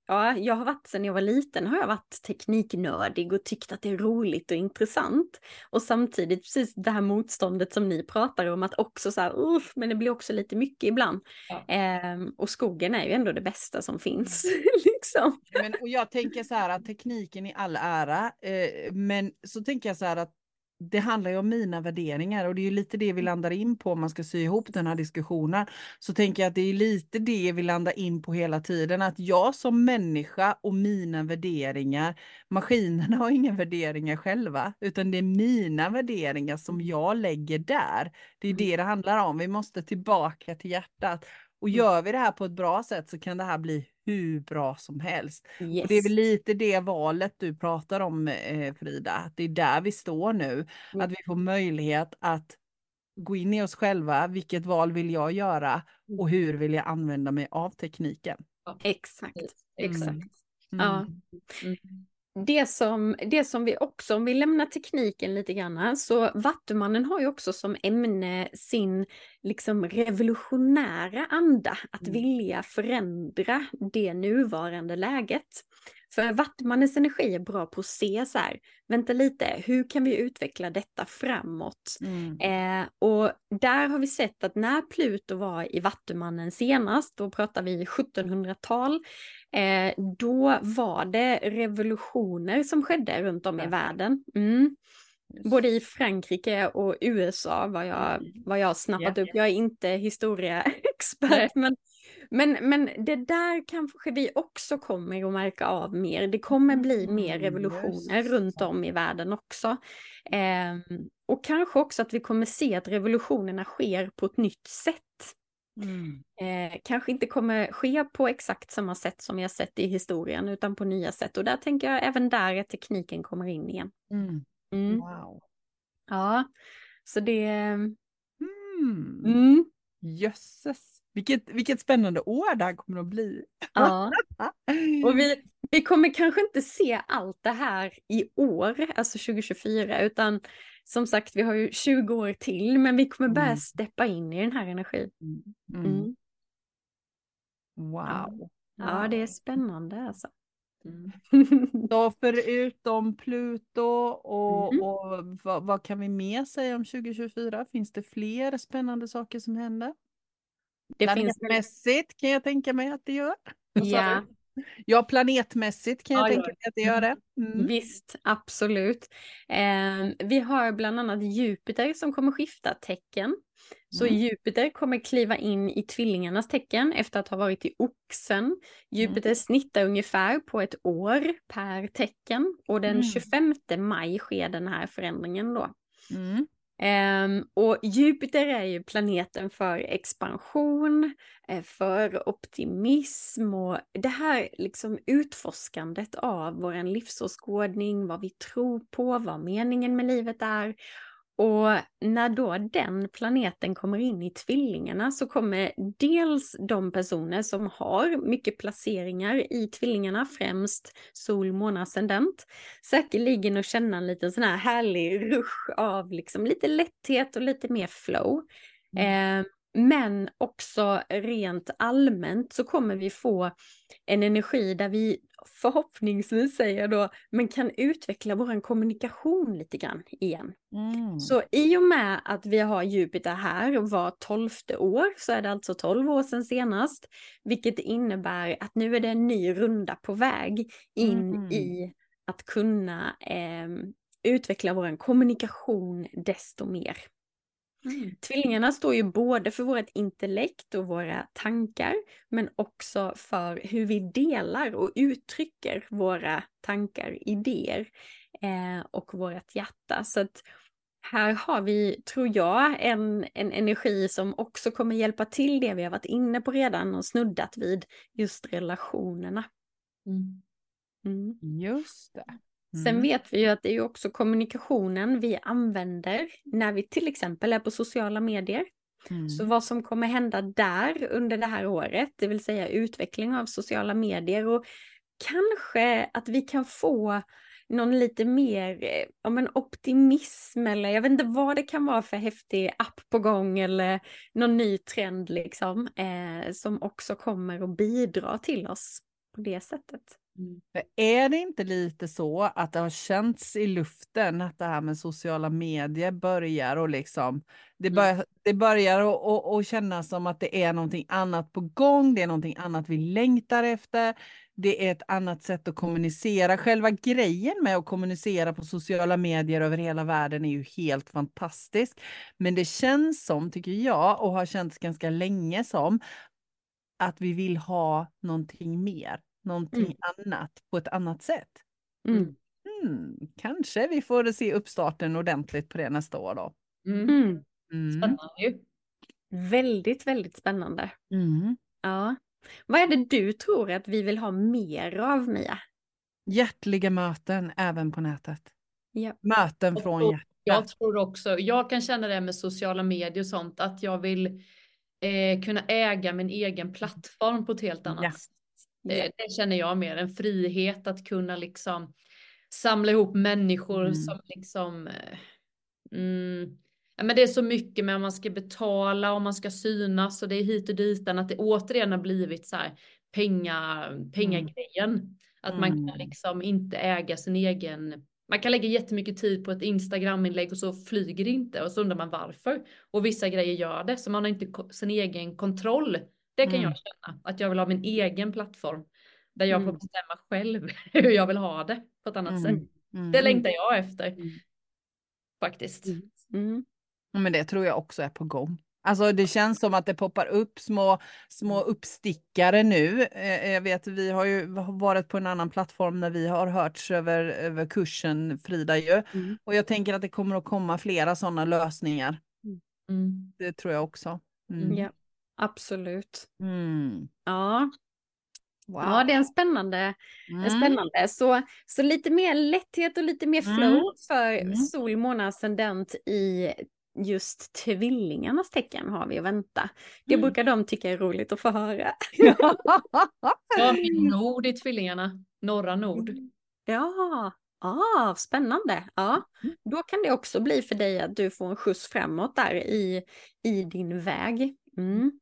[SPEAKER 3] Ja, jag har varit, sen jag var liten har jag varit tekniknördig och tyckt att det är roligt och intressant. Och samtidigt precis det här motståndet som ni pratar om, att också så här, uff, men det blir också lite mycket ibland.
[SPEAKER 2] Ja.
[SPEAKER 3] Ehm, och skogen är ju ändå det bästa som finns. liksom.
[SPEAKER 1] Men, och jag tänker så här att tekniken i all ära, eh, men så tänker jag så här att det handlar ju om mina värderingar och det är ju lite det vi landar in på om man ska sy ihop den här diskussionen. Så tänker jag att det är lite det vi landar in på hela tiden, att jag som människa och mina värderingar, maskinerna har inga värderingar själva, utan det är mina värderingar som jag lägger där. Det är det det handlar om. Vi måste tillbaka till hjärtat. Och gör vi det här på ett bra sätt så kan det här bli hur bra som helst.
[SPEAKER 3] Yes.
[SPEAKER 1] Och det är väl lite det valet du pratar om, eh, Frida. Att det är där vi står nu.
[SPEAKER 3] Mm.
[SPEAKER 1] Att vi får möjlighet att gå in i oss själva. Vilket val vill jag göra? Och hur vill jag använda mig av tekniken?
[SPEAKER 3] Exakt, exakt.
[SPEAKER 1] Mm.
[SPEAKER 3] Ja.
[SPEAKER 2] Mm.
[SPEAKER 3] Det som, det som vi också, om vi lämnar tekniken lite grann, så Vattumannen har ju också som ämne sin liksom revolutionära anda, att
[SPEAKER 1] Mm.
[SPEAKER 3] vilja förändra det nuvarande läget. För Vattumannens energi är bra på att se så här, vänta lite, hur kan vi utveckla detta framåt?
[SPEAKER 1] Mm.
[SPEAKER 3] Eh, och där har vi sett att när Pluto var i Vattumannen senast, då pratar vi sjuttonhundratal, eh, då var det revolutioner som skedde runt om i världen. Mm. Både i Frankrike och U S A vad jag, vad jag har snappat
[SPEAKER 1] Ja.
[SPEAKER 3] upp. Jag är inte historieexpert, men, men, men det där kanske vi också kommer att märka av mer. Det kommer bli mer revolutioner
[SPEAKER 1] Just.
[SPEAKER 3] runt om i världen också. Eh, och kanske också att vi kommer se att revolutionerna sker på ett nytt sätt.
[SPEAKER 1] Mm.
[SPEAKER 3] Eh, kanske inte kommer ske på exakt samma sätt som jag sett i historien, utan på nya sätt. Och där tänker jag även där att tekniken kommer in igen.
[SPEAKER 1] Mm.
[SPEAKER 3] Mm.
[SPEAKER 1] Wow.
[SPEAKER 3] Ja, så det...
[SPEAKER 1] Mm.
[SPEAKER 3] Mm.
[SPEAKER 1] Jösses. Vilket, vilket spännande år det här kommer att bli.
[SPEAKER 3] Ja, och vi, vi kommer kanske inte se allt det här i år, alltså tjugo tjugofyra, utan som sagt vi har ju tjugo år till, men vi kommer börja
[SPEAKER 1] Mm.
[SPEAKER 3] steppa in i den här energin.
[SPEAKER 1] Mm.
[SPEAKER 3] Mm.
[SPEAKER 1] Wow.
[SPEAKER 3] Ja, det är spännande alltså.
[SPEAKER 2] Mm.
[SPEAKER 1] Så förutom Pluto och,
[SPEAKER 3] Mm.
[SPEAKER 1] och vad, vad kan vi mer säga om tjugo tjugofyra? Finns det fler spännande saker som händer?
[SPEAKER 3] Det finns...
[SPEAKER 1] Planetmässigt kan jag tänka mig att det gör. Vad sa
[SPEAKER 3] Ja.
[SPEAKER 1] du? Ja, planetmässigt kan jag
[SPEAKER 2] Ja,
[SPEAKER 1] tänka
[SPEAKER 2] ja.
[SPEAKER 1] mig att det gör det. Mm.
[SPEAKER 3] Visst, absolut. Eh, vi har bland annat Jupiter som kommer skifta tecken. Så
[SPEAKER 1] Mm.
[SPEAKER 3] Jupiter kommer kliva in i tvillingarnas tecken efter att ha varit i oxen. Jupiter
[SPEAKER 1] Mm.
[SPEAKER 3] snittar ungefär på ett år per tecken. Och den
[SPEAKER 1] Mm.
[SPEAKER 3] tjugofemte maj sker den här förändringen då.
[SPEAKER 1] Mm.
[SPEAKER 3] Um, och Jupiter är ju planeten för expansion, eh, för optimism och det här liksom utforskandet av vår livsåskådning, vad vi tror på, vad meningen med livet är. Och när då den planeten kommer in i tvillingarna så kommer dels de personer som har mycket placeringar i tvillingarna, främst sol, måne, ascendent, säkerligen att känna en liten sån här härlig rush av liksom lite lätthet och lite mer flow. Mm. Eh, men också rent allmänt så kommer vi få en energi där vi förhoppningsvis säger då, men kan utveckla vår kommunikation lite grann igen.
[SPEAKER 1] Mm.
[SPEAKER 3] Så i och med att vi har Jupiter här var tolfte år, så är det alltså tolv år sedan senast, vilket innebär att nu är det en ny runda på väg in
[SPEAKER 1] Mm.
[SPEAKER 3] i att kunna eh, utveckla vår kommunikation desto mer. Mm. Tvillingarna står ju både för vårt intellekt och våra tankar, men också för hur vi delar och uttrycker våra tankar, idéer eh, och vårt hjärta. Så att här har vi, tror jag, en, en energi som också kommer hjälpa till det vi har varit inne på redan och snuddat vid, just relationerna.
[SPEAKER 2] Mm.
[SPEAKER 3] Mm.
[SPEAKER 1] Just det. Mm.
[SPEAKER 3] Sen vet vi ju att det är ju också kommunikationen vi använder när vi till exempel är på sociala medier. Mm. Så vad som kommer hända där under det här året, det vill säga utveckling av sociala medier, och kanske att vi kan få någon lite mer ja, men optimism, eller jag vet inte vad det kan vara för häftig app på gång eller någon ny trend liksom, eh, som också kommer att bidra till oss på det sättet.
[SPEAKER 2] Mm.
[SPEAKER 1] Är det inte lite så att det har känts i luften att det här med sociala medier börjar och liksom det börjar, det börjar och, och, och kännas som att det är någonting annat på gång, det är någonting annat vi längtar efter, det är ett annat sätt att kommunicera. Själva grejen med att kommunicera på sociala medier över hela världen är ju helt fantastisk. Men det känns som, tycker jag, och har känts ganska länge som, att vi vill ha någonting mer. Någonting
[SPEAKER 3] Mm.
[SPEAKER 1] annat på ett annat sätt.
[SPEAKER 3] Mm.
[SPEAKER 1] Mm, kanske vi får se uppstarten ordentligt på det nästa år då.
[SPEAKER 2] Mm.
[SPEAKER 3] Mm.
[SPEAKER 1] Mm.
[SPEAKER 2] Spännande ju.
[SPEAKER 3] Väldigt, väldigt spännande.
[SPEAKER 1] Mm.
[SPEAKER 3] Ja. Vad är det du tror att vi vill ha mer av, Mia?
[SPEAKER 1] Hjärtliga möten även på nätet.
[SPEAKER 3] Ja.
[SPEAKER 1] Möten
[SPEAKER 2] Jag
[SPEAKER 1] från
[SPEAKER 2] tror-
[SPEAKER 1] hjärtat.
[SPEAKER 2] Jag tror också, jag kan känna det med sociala medier och sånt, att jag vill eh, kunna äga min egen plattform på ett helt annat
[SPEAKER 1] Ja.
[SPEAKER 2] sätt.
[SPEAKER 3] Ja.
[SPEAKER 2] Eh, det känner jag mer, en frihet att kunna liksom samla ihop människor
[SPEAKER 1] Mm.
[SPEAKER 2] som liksom eh, mm, ja, men det är så mycket med om man ska betala, om man ska synas och det är hit och dit, att det återigen har blivit så här penga, pengagrejen. Att man kan
[SPEAKER 1] Mm.
[SPEAKER 2] liksom inte äga sin egen. Man kan lägga jättemycket tid på ett Instagram-inlägg och så flyger det inte och så undrar man varför. Och vissa grejer gör det, så man har inte ko- sin egen kontroll. Det kan
[SPEAKER 1] Mm.
[SPEAKER 2] jag känna, att jag vill ha min egen plattform. Där jag får
[SPEAKER 3] Mm.
[SPEAKER 2] bestämma själv hur jag vill ha det på ett annat
[SPEAKER 1] Mm.
[SPEAKER 2] sätt.
[SPEAKER 1] Mm.
[SPEAKER 2] Det längtar jag efter
[SPEAKER 3] Mm.
[SPEAKER 2] faktiskt.
[SPEAKER 3] Mm.
[SPEAKER 1] Men det tror jag också är på gång. Alltså det känns som att det poppar upp små, små uppstickare nu. Eh, Jag vet, vi har ju varit på en annan plattform när vi har hörts över, över kursen, Frida ju.
[SPEAKER 3] Mm.
[SPEAKER 1] Och jag tänker att det kommer att komma flera sådana lösningar.
[SPEAKER 2] Mm.
[SPEAKER 1] Det tror jag också. Mm.
[SPEAKER 3] Ja, absolut.
[SPEAKER 1] Mm.
[SPEAKER 3] Ja.
[SPEAKER 1] Wow.
[SPEAKER 3] Ja, det är en spännande, en
[SPEAKER 1] Mm.
[SPEAKER 3] spännande. Så, så lite mer lätthet och lite mer
[SPEAKER 1] Mm.
[SPEAKER 3] flow för
[SPEAKER 1] Mm.
[SPEAKER 3] sol, måne, ascendent i just tvillingarnas tecken har vi att vänta. Det
[SPEAKER 2] Mm.
[SPEAKER 3] brukar de tycka är roligt att få höra.
[SPEAKER 2] Ja, min nord i tvillingarna. Norra nord.
[SPEAKER 3] Ja, ah, spännande. Ja, då kan det också bli för dig att du får en skjuts framåt där i, i din väg. Mm.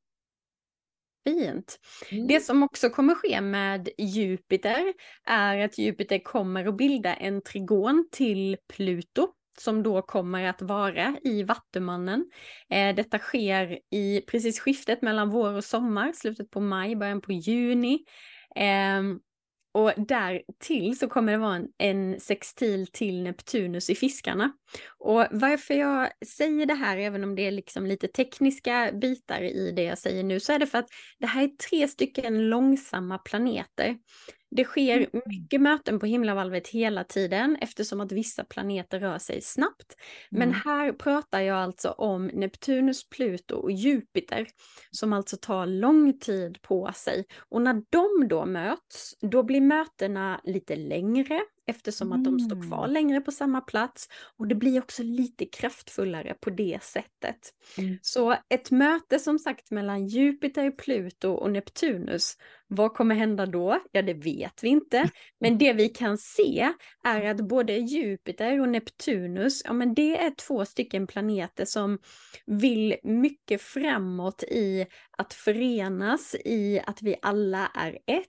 [SPEAKER 3] Fint.
[SPEAKER 2] Mm.
[SPEAKER 3] Det som också kommer ske med Jupiter är att Jupiter kommer att bilda en trigon till Pluto som då kommer att vara i Vattumannen. Eh, detta sker i precis skiftet mellan vår och sommar, slutet på maj, början på juni. Eh, och där till så kommer det vara en, en sextil till Neptunus i fiskarna. Och varför jag säger det här, även om det är liksom lite tekniska bitar i det jag säger nu, så är det för att det här är tre stycken långsamma planeter. Det sker mycket möten på himlavalvet hela tiden eftersom att vissa planeter rör sig snabbt. Men
[SPEAKER 1] Mm.
[SPEAKER 3] här pratar jag alltså om Neptunus, Pluto och Jupiter som alltså tar lång tid på sig. Och när de då möts, då blir mötena lite längre eftersom att de står kvar längre på samma plats. Och det blir också lite kraftfullare på det sättet.
[SPEAKER 2] Mm.
[SPEAKER 3] Så ett möte som sagt mellan Jupiter, Pluto och Neptunus, vad kommer hända då? Ja, det vet vi inte. Men det vi kan se är att både Jupiter och Neptunus, ja men det är två stycken planeter som vill mycket framåt i att förenas, i att vi alla är ett.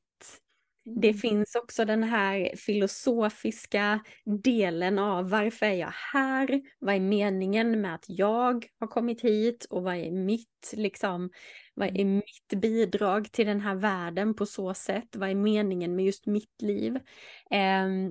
[SPEAKER 3] Det finns också den här filosofiska delen av varför är jag här? Vad är meningen med att jag har kommit hit? Och vad är mitt, liksom, vad är mitt bidrag till den här världen på så sätt? Vad är meningen med just mitt liv? Um,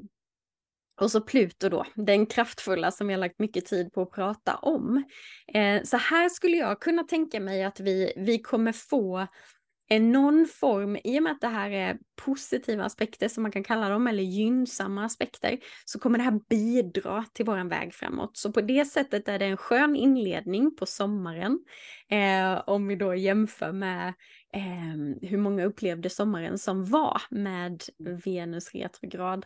[SPEAKER 3] och så Pluto då, den kraftfulla som jag har lagt mycket tid på att prata om. Eh, så här skulle jag kunna tänka mig att vi, vi kommer få en någon form, i och med att det här är positiva aspekter som man kan kalla dem, eller gynnsamma aspekter, så kommer det här bidra till våran väg framåt. Så på det sättet är det en skön inledning på sommaren. Eh, om vi då jämför med eh, hur många upplevde sommaren som var med Venus retrograd,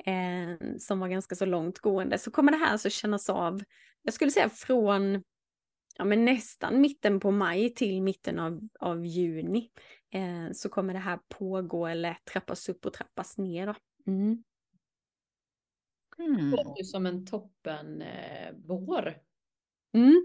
[SPEAKER 3] eh, som var ganska så långt gående, så kommer det här alltså kännas av, jag skulle säga från ja, men nästan mitten på maj till mitten av, av juni eh, så kommer det här pågå eller trappas upp och trappas ner då. Mm.
[SPEAKER 1] Mm.
[SPEAKER 2] Det låter ju som en toppen eh, vår.
[SPEAKER 3] Mm.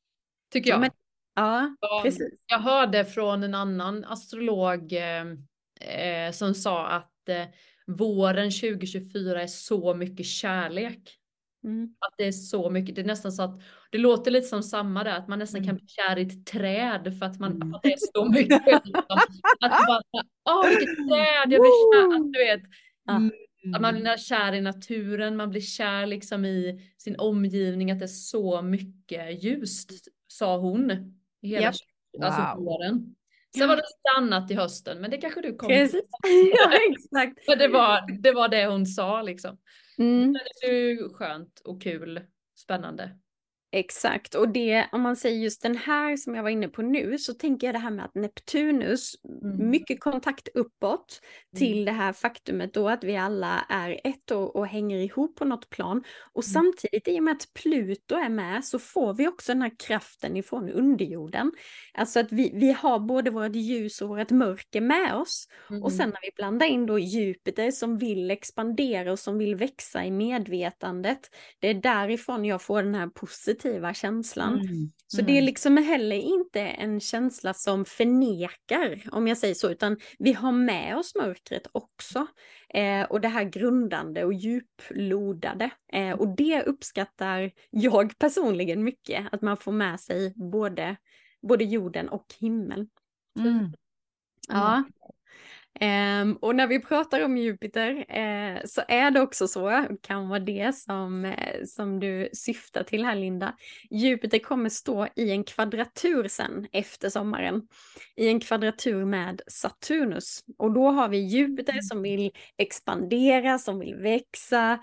[SPEAKER 2] Tycker jag.
[SPEAKER 3] Ja, men, ja
[SPEAKER 2] Ja,
[SPEAKER 3] precis.
[SPEAKER 2] jag hörde från en annan astrolog, eh, eh, som sa att eh, våren tjugo tjugofyra är så mycket kärlek.
[SPEAKER 3] Mm.
[SPEAKER 2] Att det är så mycket, det är nästan så att det låter lite som samma där, att man nästan kan bli kär i ett träd för att man
[SPEAKER 1] Mm.
[SPEAKER 2] för att det är så mycket. Liksom. Att man bara, åh vilket träd, jag blir kär, att du vet.
[SPEAKER 3] Ja.
[SPEAKER 2] Att man blir kär i naturen, man blir kär liksom i sin omgivning, att det är så mycket ljust, sa hon. I hela
[SPEAKER 3] Japp.
[SPEAKER 2] alltså
[SPEAKER 1] Wow.
[SPEAKER 2] våren. Sen var det stannat i hösten, men det kanske du kom
[SPEAKER 3] Precis. Ja, exakt.
[SPEAKER 2] Men det var, det var det hon sa liksom.
[SPEAKER 3] Mm.
[SPEAKER 2] Det är ju skönt och kul, spännande.
[SPEAKER 3] Exakt, och det, om man säger just den här som jag var inne på nu, så tänker jag det här med att Neptunus,
[SPEAKER 2] Mm.
[SPEAKER 3] mycket kontakt uppåt till
[SPEAKER 2] Mm.
[SPEAKER 3] det här faktumet då att vi alla är ett och, och hänger ihop på något plan. Och
[SPEAKER 2] Mm.
[SPEAKER 3] samtidigt i och med att Pluto är med så får vi också den här kraften ifrån underjorden. Alltså att vi, vi har både vårt ljus och vårt mörker med oss.
[SPEAKER 2] Mm.
[SPEAKER 3] Och sen när vi blandar in då Jupiter som vill expandera och som vill växa i medvetandet, det är därifrån jag får den här positiva känslan.
[SPEAKER 1] Mm.
[SPEAKER 3] Så det är liksom heller inte en känsla som förnekar, om jag säger så, utan vi har med oss mörkret också. Eh, och det här grundande och djuplodade. Eh, och det uppskattar jag personligen mycket, att man får med sig både, både jorden och himlen.
[SPEAKER 1] Mm.
[SPEAKER 3] Ja. Um, och när vi pratar om Jupiter uh, så är det också så, kan vara det som, uh, som du syftar till här Linda. Jupiter kommer stå i en kvadratur sen efter sommaren. I en kvadratur med Saturnus. Och då har vi Jupiter som vill expandera, som vill växa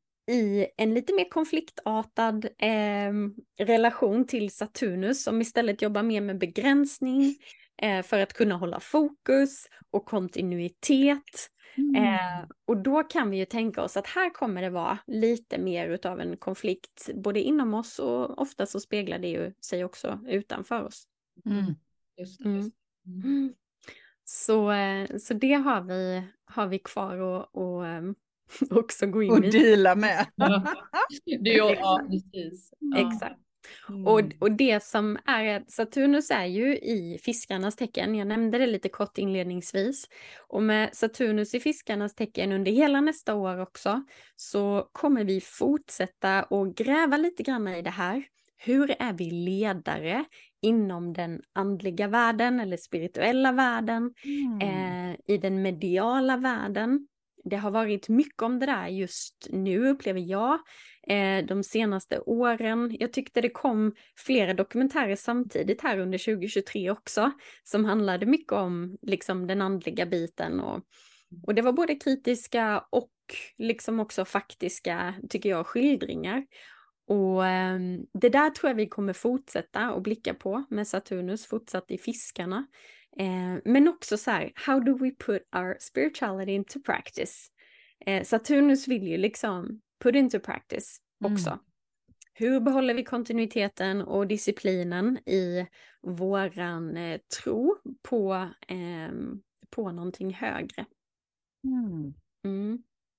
[SPEAKER 3] i en lite mer konfliktartad eh, relation till Saturnus som istället jobbar mer med begränsning eh, för att kunna hålla fokus och kontinuitet.
[SPEAKER 1] Mm.
[SPEAKER 3] Eh, och då kan vi ju tänka oss att här kommer det vara lite mer utav en konflikt både inom oss och ofta så speglar det ju sig också utanför oss.
[SPEAKER 1] Mm.
[SPEAKER 2] Just det,
[SPEAKER 3] Mm.
[SPEAKER 2] just det.
[SPEAKER 3] Mm. Så, eh, så det har vi, har vi kvar och, och um, också gå in
[SPEAKER 1] Och
[SPEAKER 3] i.
[SPEAKER 1] deala med.
[SPEAKER 2] Ja. Det är ju, ja, precis. Ja.
[SPEAKER 3] Exakt.
[SPEAKER 1] Mm.
[SPEAKER 3] Och, och det som är, Saturnus är ju i fiskarnas tecken, jag nämnde det lite kort inledningsvis, och med Saturnus i fiskarnas tecken under hela nästa år också, så kommer vi fortsätta och gräva lite grann i det här. Hur är vi ledare inom den andliga världen eller spirituella världen,
[SPEAKER 1] Mm.
[SPEAKER 3] eh, i den mediala världen? Det har varit mycket om det där just nu, upplever jag, eh, de senaste åren. Jag tyckte det kom flera dokumentärer samtidigt här under tjugo tjugotre också, som handlade mycket om liksom, den andliga biten. Och, och det var både kritiska och liksom också faktiska, tycker jag, skildringar. Och eh, det där tror jag vi kommer fortsätta att blicka på med Saturnus fortsatt i fiskarna. Eh, men också så här, how do we put our spirituality into practice? Eh, Saturnus vill ju liksom put into practice också.
[SPEAKER 1] Mm.
[SPEAKER 3] Hur behåller vi kontinuiteten och disciplinen i våran eh, tro på, eh, på någonting högre?
[SPEAKER 1] Mm.
[SPEAKER 3] Mm.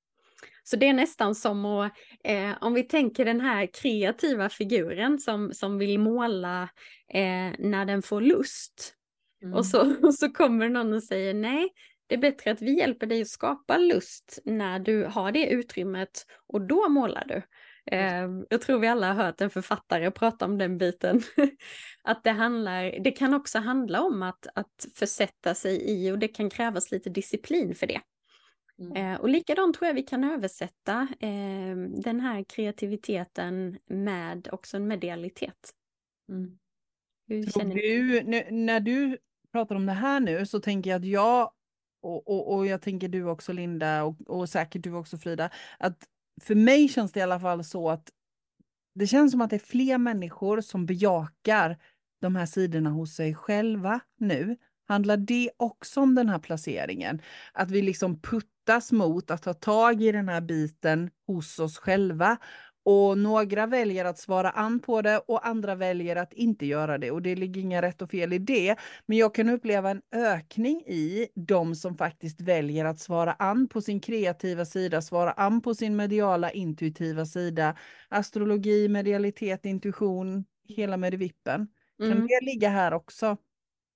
[SPEAKER 3] Så det är nästan som att, eh, om vi tänker den här kreativa figuren som, som vill måla eh, när den får lust.
[SPEAKER 2] Mm.
[SPEAKER 3] Och, så, och så kommer någon och säger nej, det är bättre att vi hjälper dig att skapa lust när du har det utrymmet och då målar du. Eh, jag tror vi alla har hört en författare prata om den biten. Att det handlar, det kan också handla om att, att försätta sig i, och det kan krävas lite disciplin för det.
[SPEAKER 2] Mm.
[SPEAKER 3] Eh, och likadant tror jag vi kan översätta eh, den här kreativiteten med också en medialitet.
[SPEAKER 2] Mm.
[SPEAKER 3] Hur
[SPEAKER 1] Tror
[SPEAKER 3] känner ni?
[SPEAKER 1] du, nu, när du pratar om det här nu så tänker jag att jag, och, och, och jag tänker du också Linda och, och säkert du också Frida, att för mig känns det i alla fall så att det känns som att det är fler människor som bejakar de här sidorna hos sig själva nu. Handlar det också om den här placeringen? Att vi liksom puttas mot att ta tag i den här biten hos oss själva. Och några väljer att svara an på det och andra väljer att inte göra det. Och det ligger inga rätt och fel i det. Men jag kan uppleva en ökning i de som faktiskt väljer att svara an på sin kreativa sida, svara an på sin mediala, intuitiva sida. Astrologi, medialitet, intuition, hela med vippen. Kan
[SPEAKER 3] Mm.
[SPEAKER 1] det ligga här också?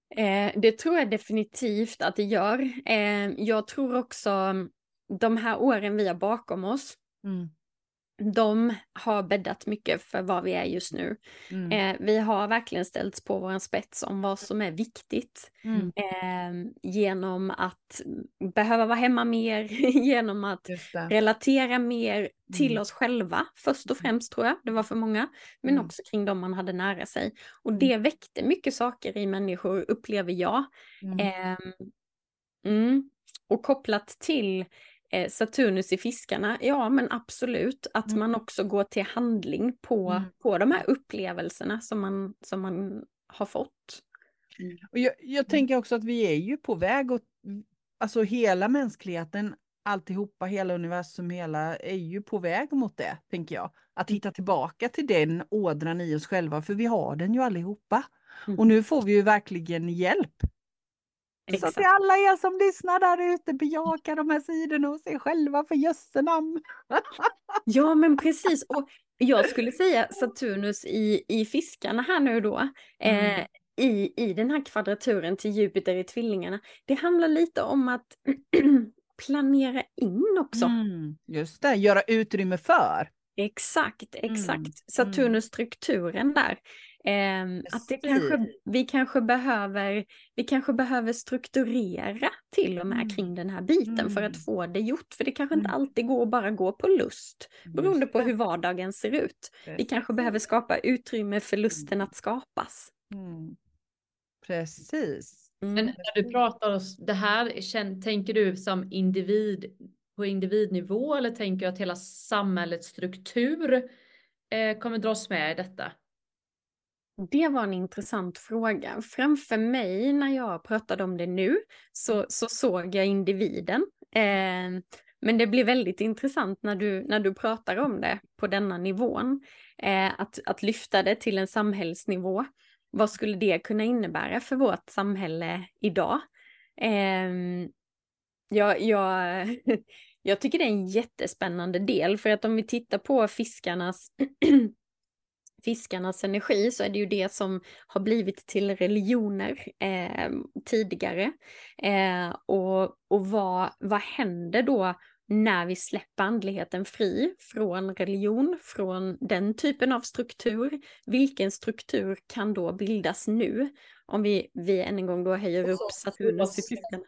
[SPEAKER 3] Eh, det tror jag definitivt att det gör. Eh, jag tror också de här åren vi har bakom oss,
[SPEAKER 1] Mm.
[SPEAKER 3] de har bäddat mycket för vad vi är just nu.
[SPEAKER 1] Mm.
[SPEAKER 3] Eh, vi har verkligen ställts på vår spets om vad som är viktigt.
[SPEAKER 1] Mm.
[SPEAKER 3] Eh, genom att behöva vara hemma mer, genom att
[SPEAKER 1] Just det.
[SPEAKER 3] relatera mer till
[SPEAKER 1] Mm.
[SPEAKER 3] oss själva. Först och främst tror jag, det var för många. Men
[SPEAKER 1] Mm.
[SPEAKER 3] också kring dem man hade nära sig. Och det väckte mycket saker i människor, upplever jag.
[SPEAKER 1] Mm.
[SPEAKER 3] Eh, mm. Och kopplat till eh, Saturnus i fiskarna, ja men absolut, att
[SPEAKER 1] Mm.
[SPEAKER 3] man också går till handling på,
[SPEAKER 1] Mm.
[SPEAKER 3] på de här upplevelserna som man, som man har fått.
[SPEAKER 1] Och jag, jag tänker också att vi är ju på väg att, alltså hela mänskligheten, alltihopa, hela universum, hela är ju på väg mot det, tänker jag. Att hitta tillbaka till den ådran i oss själva, för vi har den ju allihopa.
[SPEAKER 3] Mm.
[SPEAKER 1] Och nu får vi ju verkligen hjälp.
[SPEAKER 3] Exakt.
[SPEAKER 1] Så till alla er som lyssnar där ute, bejaka de här sidorna och sig själva för jösse namn.
[SPEAKER 3] Ja men precis, och jag skulle säga Saturnus i, i fiskarna här nu då, eh,
[SPEAKER 1] Mm.
[SPEAKER 3] i, i den här kvadraturen till Jupiter i tvillingarna, det handlar lite om att planera in också.
[SPEAKER 1] Mm. Just det, göra utrymme för.
[SPEAKER 3] Exakt, exakt.
[SPEAKER 1] Mm.
[SPEAKER 3] Saturnus-strukturen där. Eh, att det
[SPEAKER 1] Precis.
[SPEAKER 3] kanske, vi, kanske behöver, vi kanske behöver strukturera till och med
[SPEAKER 1] Mm.
[SPEAKER 3] kring den här biten
[SPEAKER 1] Mm.
[SPEAKER 3] för att få det gjort. För det kanske inte
[SPEAKER 1] Mm.
[SPEAKER 3] alltid går att bara gå på lust, beroende
[SPEAKER 1] Just
[SPEAKER 3] på
[SPEAKER 1] det.
[SPEAKER 3] hur vardagen ser ut. Vi
[SPEAKER 1] Precis.
[SPEAKER 3] kanske behöver skapa utrymme för lusten att skapas.
[SPEAKER 1] Mm. Precis.
[SPEAKER 3] Mm.
[SPEAKER 2] Men när du pratar om det här, känn, tänker du som individ på individnivå eller tänker du att hela samhällets struktur eh, kommer dras med i detta?
[SPEAKER 3] Det var en intressant fråga. Framför mig när jag pratade om det nu så, så såg jag individen. Eh, men det blir väldigt intressant när du, när du pratar om det på denna nivån. Eh, att, att lyfta det till en samhällsnivå. Vad skulle det kunna innebära för vårt samhälle idag? Eh, jag, jag, jag tycker det är en jättespännande del, för att om vi tittar på fiskarnas fiskarnas energi, så är det ju det som har blivit till religioner eh, tidigare. Eh, och och vad, vad händer då när vi släpper andligheten fri från religion, från den typen av struktur? Vilken struktur kan då bildas nu? Om vi, vi än en gång då höjer upp Saturnus i fiskarna.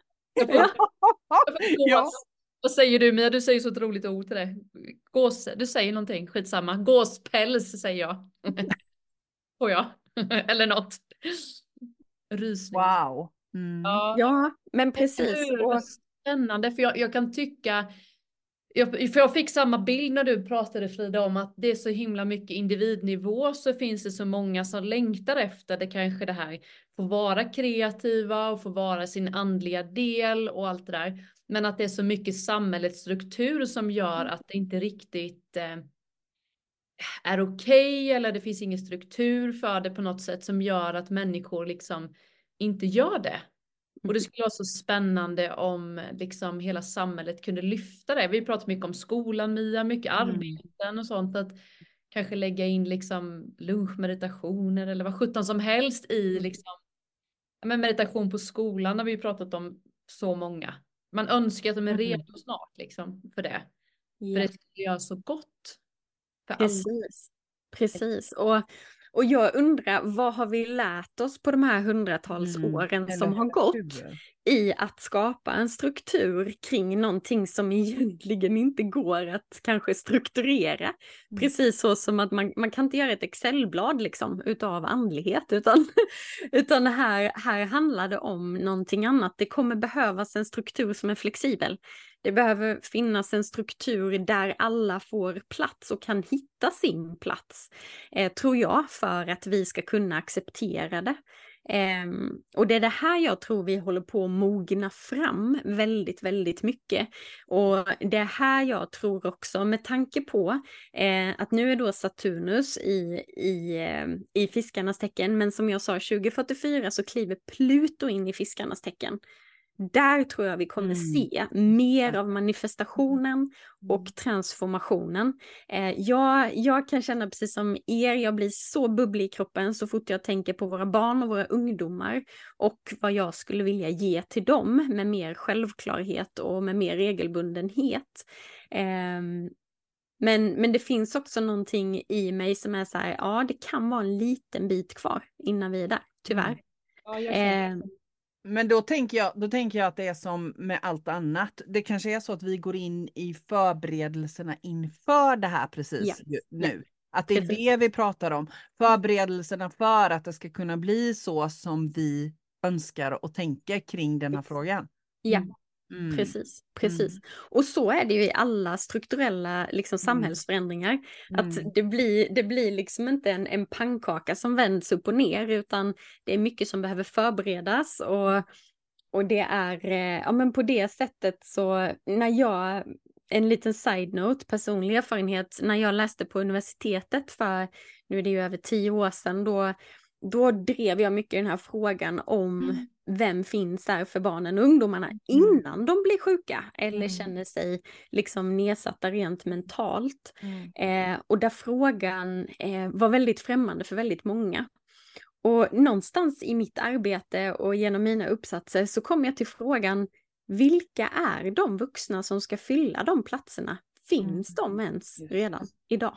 [SPEAKER 1] Ja.
[SPEAKER 2] Vad säger du Mia? Du säger så ett roligt ord till det. Gås, du säger någonting, skitsamma. Gåspäls säger jag. Får jag? Eller något. Rysning.
[SPEAKER 1] Wow. Mm.
[SPEAKER 2] Ja,
[SPEAKER 3] Ja, men precis.
[SPEAKER 2] det är
[SPEAKER 3] Och,
[SPEAKER 2] spännande, för jag, jag kan tycka, jag, för jag fick samma bild när du pratade Frida om att det är så himla mycket individnivå, så finns det så många som längtar efter det, kanske det här får vara kreativa och få vara sin andliga del och allt det där. Men att det är så mycket samhällets struktur som gör att det inte riktigt eh, är okej, okay, eller det finns ingen struktur för det på något sätt som gör att människor liksom inte gör det. Och det skulle vara så spännande om liksom hela samhället kunde lyfta det. Vi pratar mycket om skolan, Mia, mycket
[SPEAKER 1] Mm.
[SPEAKER 2] arbeten och sånt. Att kanske lägga in liksom lunchmeditationer eller vad sjutton som helst i liksom, men meditation på skolan har vi ju pratat om så många. Man önskar att de är redo snart liksom för det.
[SPEAKER 3] ja.
[SPEAKER 2] För det skulle göra så gott. För
[SPEAKER 3] Precis, precis. Och, och jag undrar, vad har vi lärt oss på de här hundratals
[SPEAKER 1] Mm,
[SPEAKER 3] åren
[SPEAKER 1] eller
[SPEAKER 3] som har
[SPEAKER 1] hur?
[SPEAKER 3] gått i att skapa en struktur kring någonting som egentligen inte går att kanske strukturera.
[SPEAKER 1] Mm.
[SPEAKER 3] Precis så som att man, man kan inte göra ett Excelblad liksom utav andlighet, utan, utan här, här handlar det om någonting annat. Det kommer behövas en struktur som är flexibel. Det behöver finnas en struktur där alla får plats och kan hitta sin plats, eh, tror jag, för att vi ska kunna acceptera det. Eh, och det är det här jag tror vi håller på att mogna fram väldigt, väldigt mycket. Och det är här jag tror också, med tanke på eh, att nu är då Saturnus i, i, eh, i fiskarnas tecken, men som jag sa, tjugo fyrtiofyra så kliver Pluto in i fiskarnas tecken. där tror jag vi kommer
[SPEAKER 1] Mm.
[SPEAKER 3] se mer av manifestationen och transformationen. Eh, jag, jag kan känna precis som er, jag blir så bubblig i kroppen så fort jag tänker på våra barn och våra ungdomar och vad jag skulle vilja ge till dem med mer självklarhet och med mer regelbundenhet. Eh, men, men det finns också någonting i mig som är så här, ja det kan vara en liten bit kvar innan vi är där, tyvärr.
[SPEAKER 1] Mm. Ja, jag känner
[SPEAKER 3] Eh,
[SPEAKER 1] Men då tänker, jag, då tänker jag att det är som med allt annat. Det kanske är så att vi går in i förberedelserna inför det här precis
[SPEAKER 3] Ja.
[SPEAKER 1] ju, nu.
[SPEAKER 3] Ja.
[SPEAKER 1] Att det är
[SPEAKER 3] Precis.
[SPEAKER 1] det vi pratar om. Förberedelserna för att det ska kunna bli så som vi önskar och tänker kring den här frågan.
[SPEAKER 3] Ja.
[SPEAKER 1] Mm.
[SPEAKER 3] Precis, precis.
[SPEAKER 1] Mm.
[SPEAKER 3] Och så är det ju i alla strukturella liksom, samhällsförändringar.
[SPEAKER 1] Mm.
[SPEAKER 3] Att det blir, det blir liksom inte en, en pannkaka som vänds upp och ner, utan det är mycket som behöver förberedas. Och, och det är, eh, ja men på det sättet så, när jag, en liten side-note, personlig erfarenhet, när jag läste på universitetet för, nu är det ju över tio år sedan, då, då drev jag mycket den här frågan om
[SPEAKER 1] Mm.
[SPEAKER 3] vem finns där för barnen och ungdomarna innan de blir sjuka eller
[SPEAKER 1] Mm.
[SPEAKER 3] känner sig liksom nedsatta rent mentalt.
[SPEAKER 1] Mm.
[SPEAKER 3] Eh, och där frågan eh, var väldigt främmande för väldigt många. Och någonstans i mitt arbete och genom mina uppsatser så kom jag till frågan, vilka är de vuxna som ska fylla de platserna? Finns
[SPEAKER 1] Mm.
[SPEAKER 3] de ens
[SPEAKER 1] Just.
[SPEAKER 3] redan idag?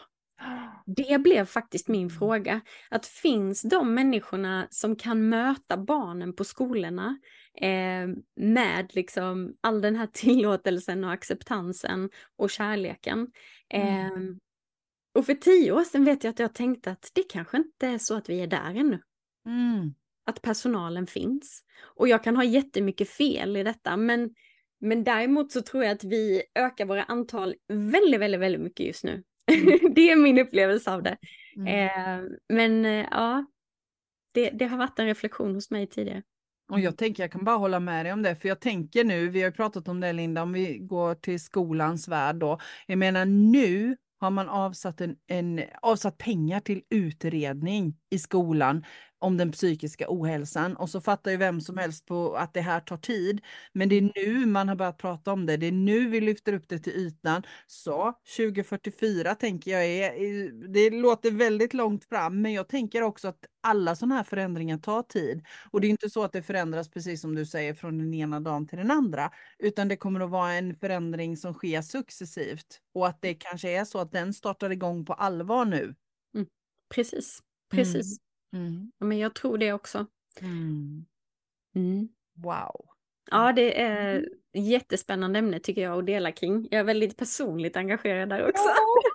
[SPEAKER 3] Det blev faktiskt min fråga, att finns de människorna som kan möta barnen på skolorna eh, med liksom all den här tillåtelsen och acceptansen och kärleken. Eh,
[SPEAKER 1] Mm.
[SPEAKER 3] och för tio år sedan vet jag att jag tänkte att det kanske inte är så att vi är där ännu.
[SPEAKER 1] Mm.
[SPEAKER 3] Att personalen finns. Och jag kan ha jättemycket fel i detta, men, men däremot så tror jag att vi ökar våra antal väldigt, väldigt, väldigt mycket just nu.
[SPEAKER 1] Mm.
[SPEAKER 3] Det är min upplevelse av det.
[SPEAKER 1] Mm.
[SPEAKER 3] Eh, men eh, ja, det, det har varit en reflektion hos mig tidigare.
[SPEAKER 1] Och jag tänker, jag kan bara hålla med dig om det, för jag tänker nu, vi har ju pratat om det Linda, om vi går till skolans värld då. Jag menar nu har man avsatt, en, en, avsatt pengar till utredning i skolan om den psykiska ohälsan. Och så fattar ju vem som helst på att det här tar tid. Men det är nu man har börjat prata om det. Det är nu vi lyfter upp det till ytan. Så tjugo fyrtiofyra tänker jag är, det låter väldigt långt fram. Men jag tänker också att alla sådana här förändringar tar tid. Och det är inte så att det förändras precis som du säger från den ena dagen till den andra. Utan det kommer att vara en förändring som sker successivt. Och att det kanske är så att den startar igång på allvar nu.
[SPEAKER 3] Mm. Precis, precis.
[SPEAKER 1] Mm. Mm.
[SPEAKER 3] Ja, men jag tror det också.
[SPEAKER 1] Mm.
[SPEAKER 3] Mm.
[SPEAKER 1] Wow.
[SPEAKER 3] Ja, det är ett jättespännande ämne tycker jag att dela kring. Jag är väldigt personligt engagerad där också.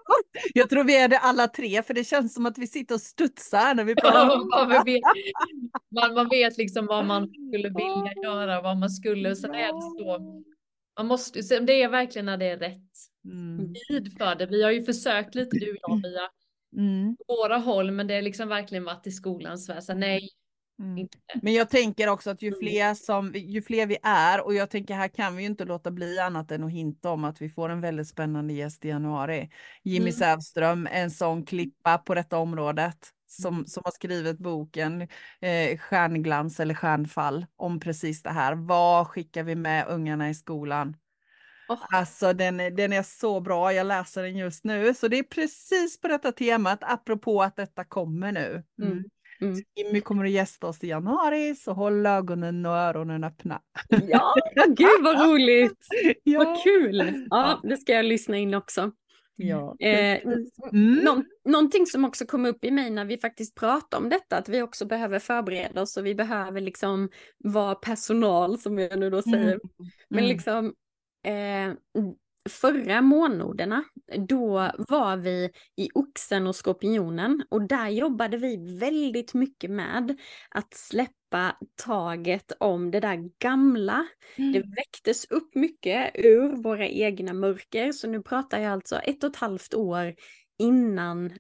[SPEAKER 1] Jag tror vi är det alla tre, för det känns som att vi sitter och studsar när vi pratar.
[SPEAKER 2] Ja, man, vet, man, man vet liksom vad man skulle vilja göra, vad man skulle, och sen är det så. Man måste, det är verkligen när det är rätt
[SPEAKER 1] Mm.
[SPEAKER 2] tid för det. Vi har ju försökt lite, du och jag, via
[SPEAKER 1] Mm.
[SPEAKER 2] våra håll, men det är liksom verkligen varit i skolans värld. Så nej,
[SPEAKER 1] Mm.
[SPEAKER 2] inte.
[SPEAKER 1] Men jag tänker också att ju fler, som, ju fler vi är, och jag tänker här kan vi ju inte låta bli annat än att hinta om att vi får en väldigt spännande gäst i januari. Jimmy
[SPEAKER 3] Mm.
[SPEAKER 1] Sävström, en sån klippa på detta området, som, som har skrivit boken eh, Stjärnglans eller Stjärnfall om precis det här. Vad skickar vi med ungarna i skolan?
[SPEAKER 3] Oh.
[SPEAKER 1] Alltså den, den är så bra, jag läser den just nu. Så det är precis på detta temat, apropå att detta kommer nu. Mm.
[SPEAKER 3] Mm. Mm.
[SPEAKER 1] Jimmy kommer att gästa oss i januari, så håll ögonen och öronen öppna.
[SPEAKER 3] Ja, gud vad roligt!
[SPEAKER 1] Ja.
[SPEAKER 3] Vad kul! Ja, det ska jag lyssna in också.
[SPEAKER 1] Ja.
[SPEAKER 3] Eh,
[SPEAKER 1] Mm.
[SPEAKER 3] Nå- någonting som också kom upp i mig när vi faktiskt pratar om detta, att vi också behöver förbereda oss och vi behöver liksom vara personal, som jag nu då säger.
[SPEAKER 1] Mm.
[SPEAKER 3] Men
[SPEAKER 1] Mm.
[SPEAKER 3] liksom eh, förra månaderna, då var vi i Oxen och Skorpionen och där jobbade vi väldigt mycket med att släppa taget om det där gamla.
[SPEAKER 1] Mm.
[SPEAKER 3] Det väcktes upp mycket ur våra egna mörker, så nu pratar jag alltså ett och ett halvt år innan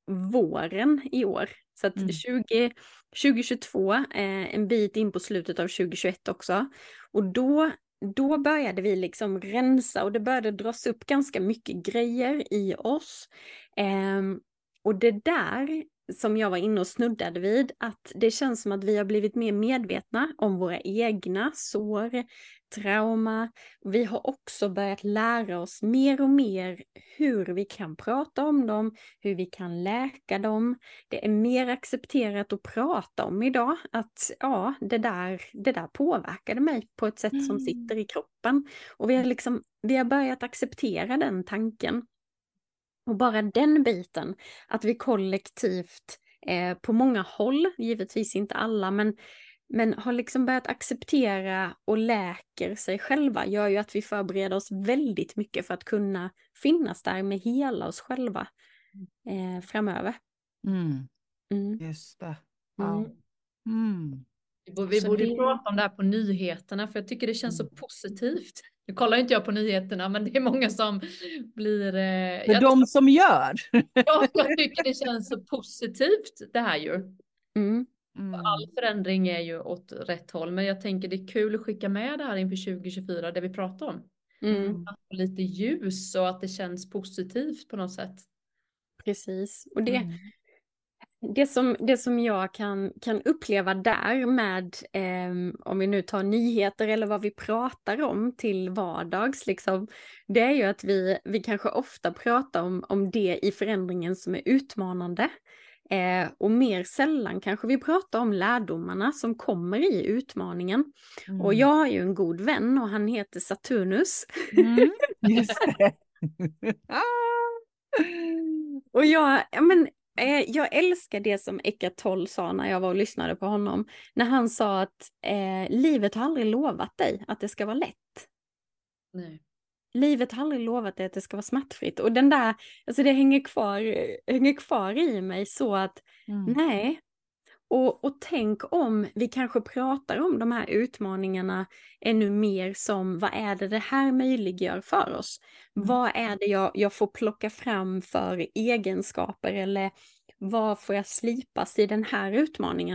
[SPEAKER 3] våren i år. Så att
[SPEAKER 1] Mm.
[SPEAKER 3] tjugo, tjugohundratjugotvå, eh, en bit in på slutet av tjugohundratjugoett också. Och då, då började vi liksom rensa och det började dras upp ganska mycket grejer i oss. Eh, och det där som jag var inne och snuddade vid, att det känns som att vi har blivit mer medvetna om våra egna sår, trauma. Vi har också börjat lära oss mer och mer hur vi kan prata om dem, hur vi kan läka dem. Det är mer accepterat att prata om idag, att ja, det där, det där påverkade mig på ett sätt som sitter i kroppen. Och vi har, liksom, vi har börjat acceptera den tanken. Och bara den biten, att vi kollektivt eh, på många håll, givetvis inte alla, men, men har liksom börjat acceptera och läker sig själva, gör ju att vi förbereder oss väldigt mycket för att kunna finnas där med hela oss själva eh, framöver.
[SPEAKER 1] Mm.
[SPEAKER 3] Mm.
[SPEAKER 1] Just det.
[SPEAKER 3] Mm.
[SPEAKER 1] Ja. Mm.
[SPEAKER 2] Vi
[SPEAKER 3] Så
[SPEAKER 2] borde
[SPEAKER 3] det-
[SPEAKER 2] prata om det här på nyheterna, för jag tycker det känns så positivt. Nu kollar inte jag på nyheterna, men det är många som blir... Eh,
[SPEAKER 1] För
[SPEAKER 2] jag,
[SPEAKER 1] de som gör.
[SPEAKER 2] jag, jag tycker det känns så positivt det här ju.
[SPEAKER 3] Mm.
[SPEAKER 1] Mm.
[SPEAKER 2] All förändring är ju åt rätt håll, men jag tänker det är kul att skicka med det här inför tjugo tjugofyra, det vi pratar om.
[SPEAKER 3] Mm.
[SPEAKER 2] Att få lite ljus och att det känns positivt på något sätt.
[SPEAKER 3] Precis. Och det,
[SPEAKER 1] Mm.
[SPEAKER 3] Det som, det som jag kan, kan uppleva där med, eh, om vi nu tar nyheter eller vad vi pratar om till vardags, liksom, det är ju att vi, vi kanske ofta pratar om, om det i förändringen som är utmanande. Eh, och mer sällan kanske vi pratar om lärdomarna som kommer i utmaningen.
[SPEAKER 1] Mm.
[SPEAKER 3] Och jag har ju en god vän och han heter Saturnus.
[SPEAKER 1] Mm. Just det.
[SPEAKER 3] Och jag, ja, men, eh, jag älskar det som Eckart Tolle sa när jag var och lyssnade på honom. När han sa att eh, livet har aldrig lovat dig att det ska vara lätt.
[SPEAKER 2] Nej.
[SPEAKER 3] Livet har aldrig lovat dig att det ska vara smärtfritt. Och den där, alltså det hänger kvar, hänger kvar i mig så att
[SPEAKER 1] Mm.
[SPEAKER 3] nej. Och, och tänk om vi kanske pratar om de här utmaningarna ännu mer som vad är det det här möjliggör för oss?
[SPEAKER 1] Mm.
[SPEAKER 3] Vad är det jag, jag får plocka fram för egenskaper eller vad får jag slipas i den här utmaningen?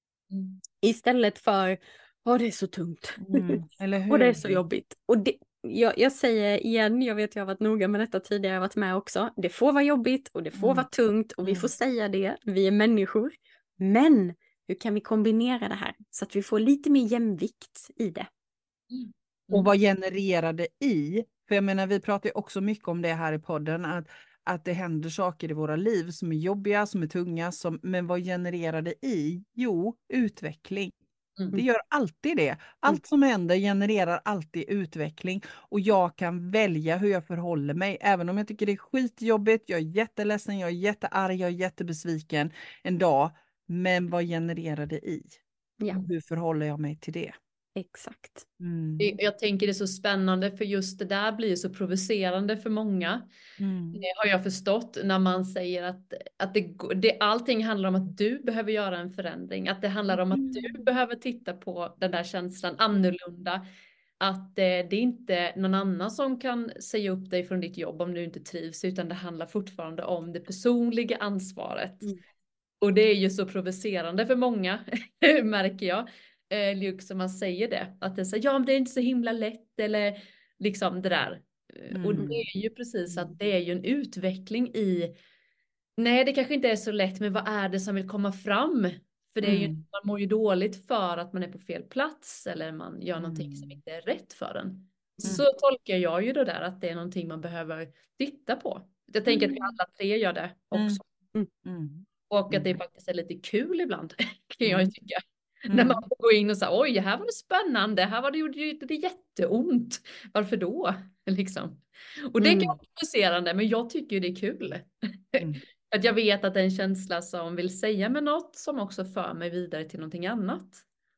[SPEAKER 2] Mm.
[SPEAKER 3] Istället för, åh det är så tungt.
[SPEAKER 1] Mm. Eller hur?
[SPEAKER 3] Och det är så jobbigt. Och det, jag, jag säger igen, jag vet jag har varit noga med detta tidigare, jag har varit med också. Det får vara jobbigt och det får
[SPEAKER 1] Mm.
[SPEAKER 3] vara tungt och vi
[SPEAKER 1] Mm.
[SPEAKER 3] får säga det, vi är människor. Men hur kan vi kombinera det här så att vi får lite mer jämvikt i det?
[SPEAKER 2] Mm.
[SPEAKER 1] Och vad genererar det i? För jag menar, vi pratar ju också mycket om det här i podden, att, att det händer saker i våra liv som är jobbiga, som är tunga, som, men vad genererar det i? Jo, utveckling.
[SPEAKER 2] Mm.
[SPEAKER 1] Det gör alltid det. Allt som händer genererar alltid utveckling. Och jag kan välja hur jag förhåller mig. Även om jag tycker det är skitjobbigt, jag är jätteledsen, jag är jättearg, jag är jättebesviken en dag. Men vad genererar det i?
[SPEAKER 3] Ja,
[SPEAKER 1] Och hur förhåller jag mig till det?
[SPEAKER 3] exakt.
[SPEAKER 1] Mm.
[SPEAKER 2] Det- Jag tänker det är så spännande, för just det där blir så provocerande för många.
[SPEAKER 1] Mm.
[SPEAKER 2] Det har jag förstått när man säger att, att det, det, allting handlar om att du behöver göra en förändring. Att det handlar om att du behöver titta på den där känslan annorlunda. Att eh, det är inte någon annan som kan säga upp dig från ditt jobb om du inte trivs, utan det handlar fortfarande om det personliga ansvaret.
[SPEAKER 3] Mm.
[SPEAKER 2] Och det är ju så provocerande för många, märker jag. Eh, liksom man säger det. Att det är så, ja, men det är inte så himla lätt, eller liksom det där.
[SPEAKER 1] Mm.
[SPEAKER 2] Och det är ju precis att det är ju en utveckling i, nej det kanske inte är så lätt, men vad är det som vill komma fram? För det är ju,
[SPEAKER 1] Mm.
[SPEAKER 2] man mår ju dåligt för att man är på fel plats, eller man gör någonting
[SPEAKER 1] Mm.
[SPEAKER 2] som inte är rätt för en. Så tolkar jag ju det där, att det är någonting man behöver titta på. Jag tänker att vi alla tre gör det också.
[SPEAKER 1] Mm.
[SPEAKER 2] Och att det
[SPEAKER 1] Mm.
[SPEAKER 2] faktiskt är lite kul ibland, kan jag ju tycka.
[SPEAKER 1] Mm.
[SPEAKER 2] När man får gå in och säga, oj, här var det spännande, här var det, gjorde det, det jätteont. Varför då? Liksom. Och det kan
[SPEAKER 3] Mm.
[SPEAKER 2] vara provocerande, men jag tycker ju det är kul.
[SPEAKER 1] Mm.
[SPEAKER 2] Att jag vet att det är en känsla som vill säga mig något, som också för mig vidare till någonting annat.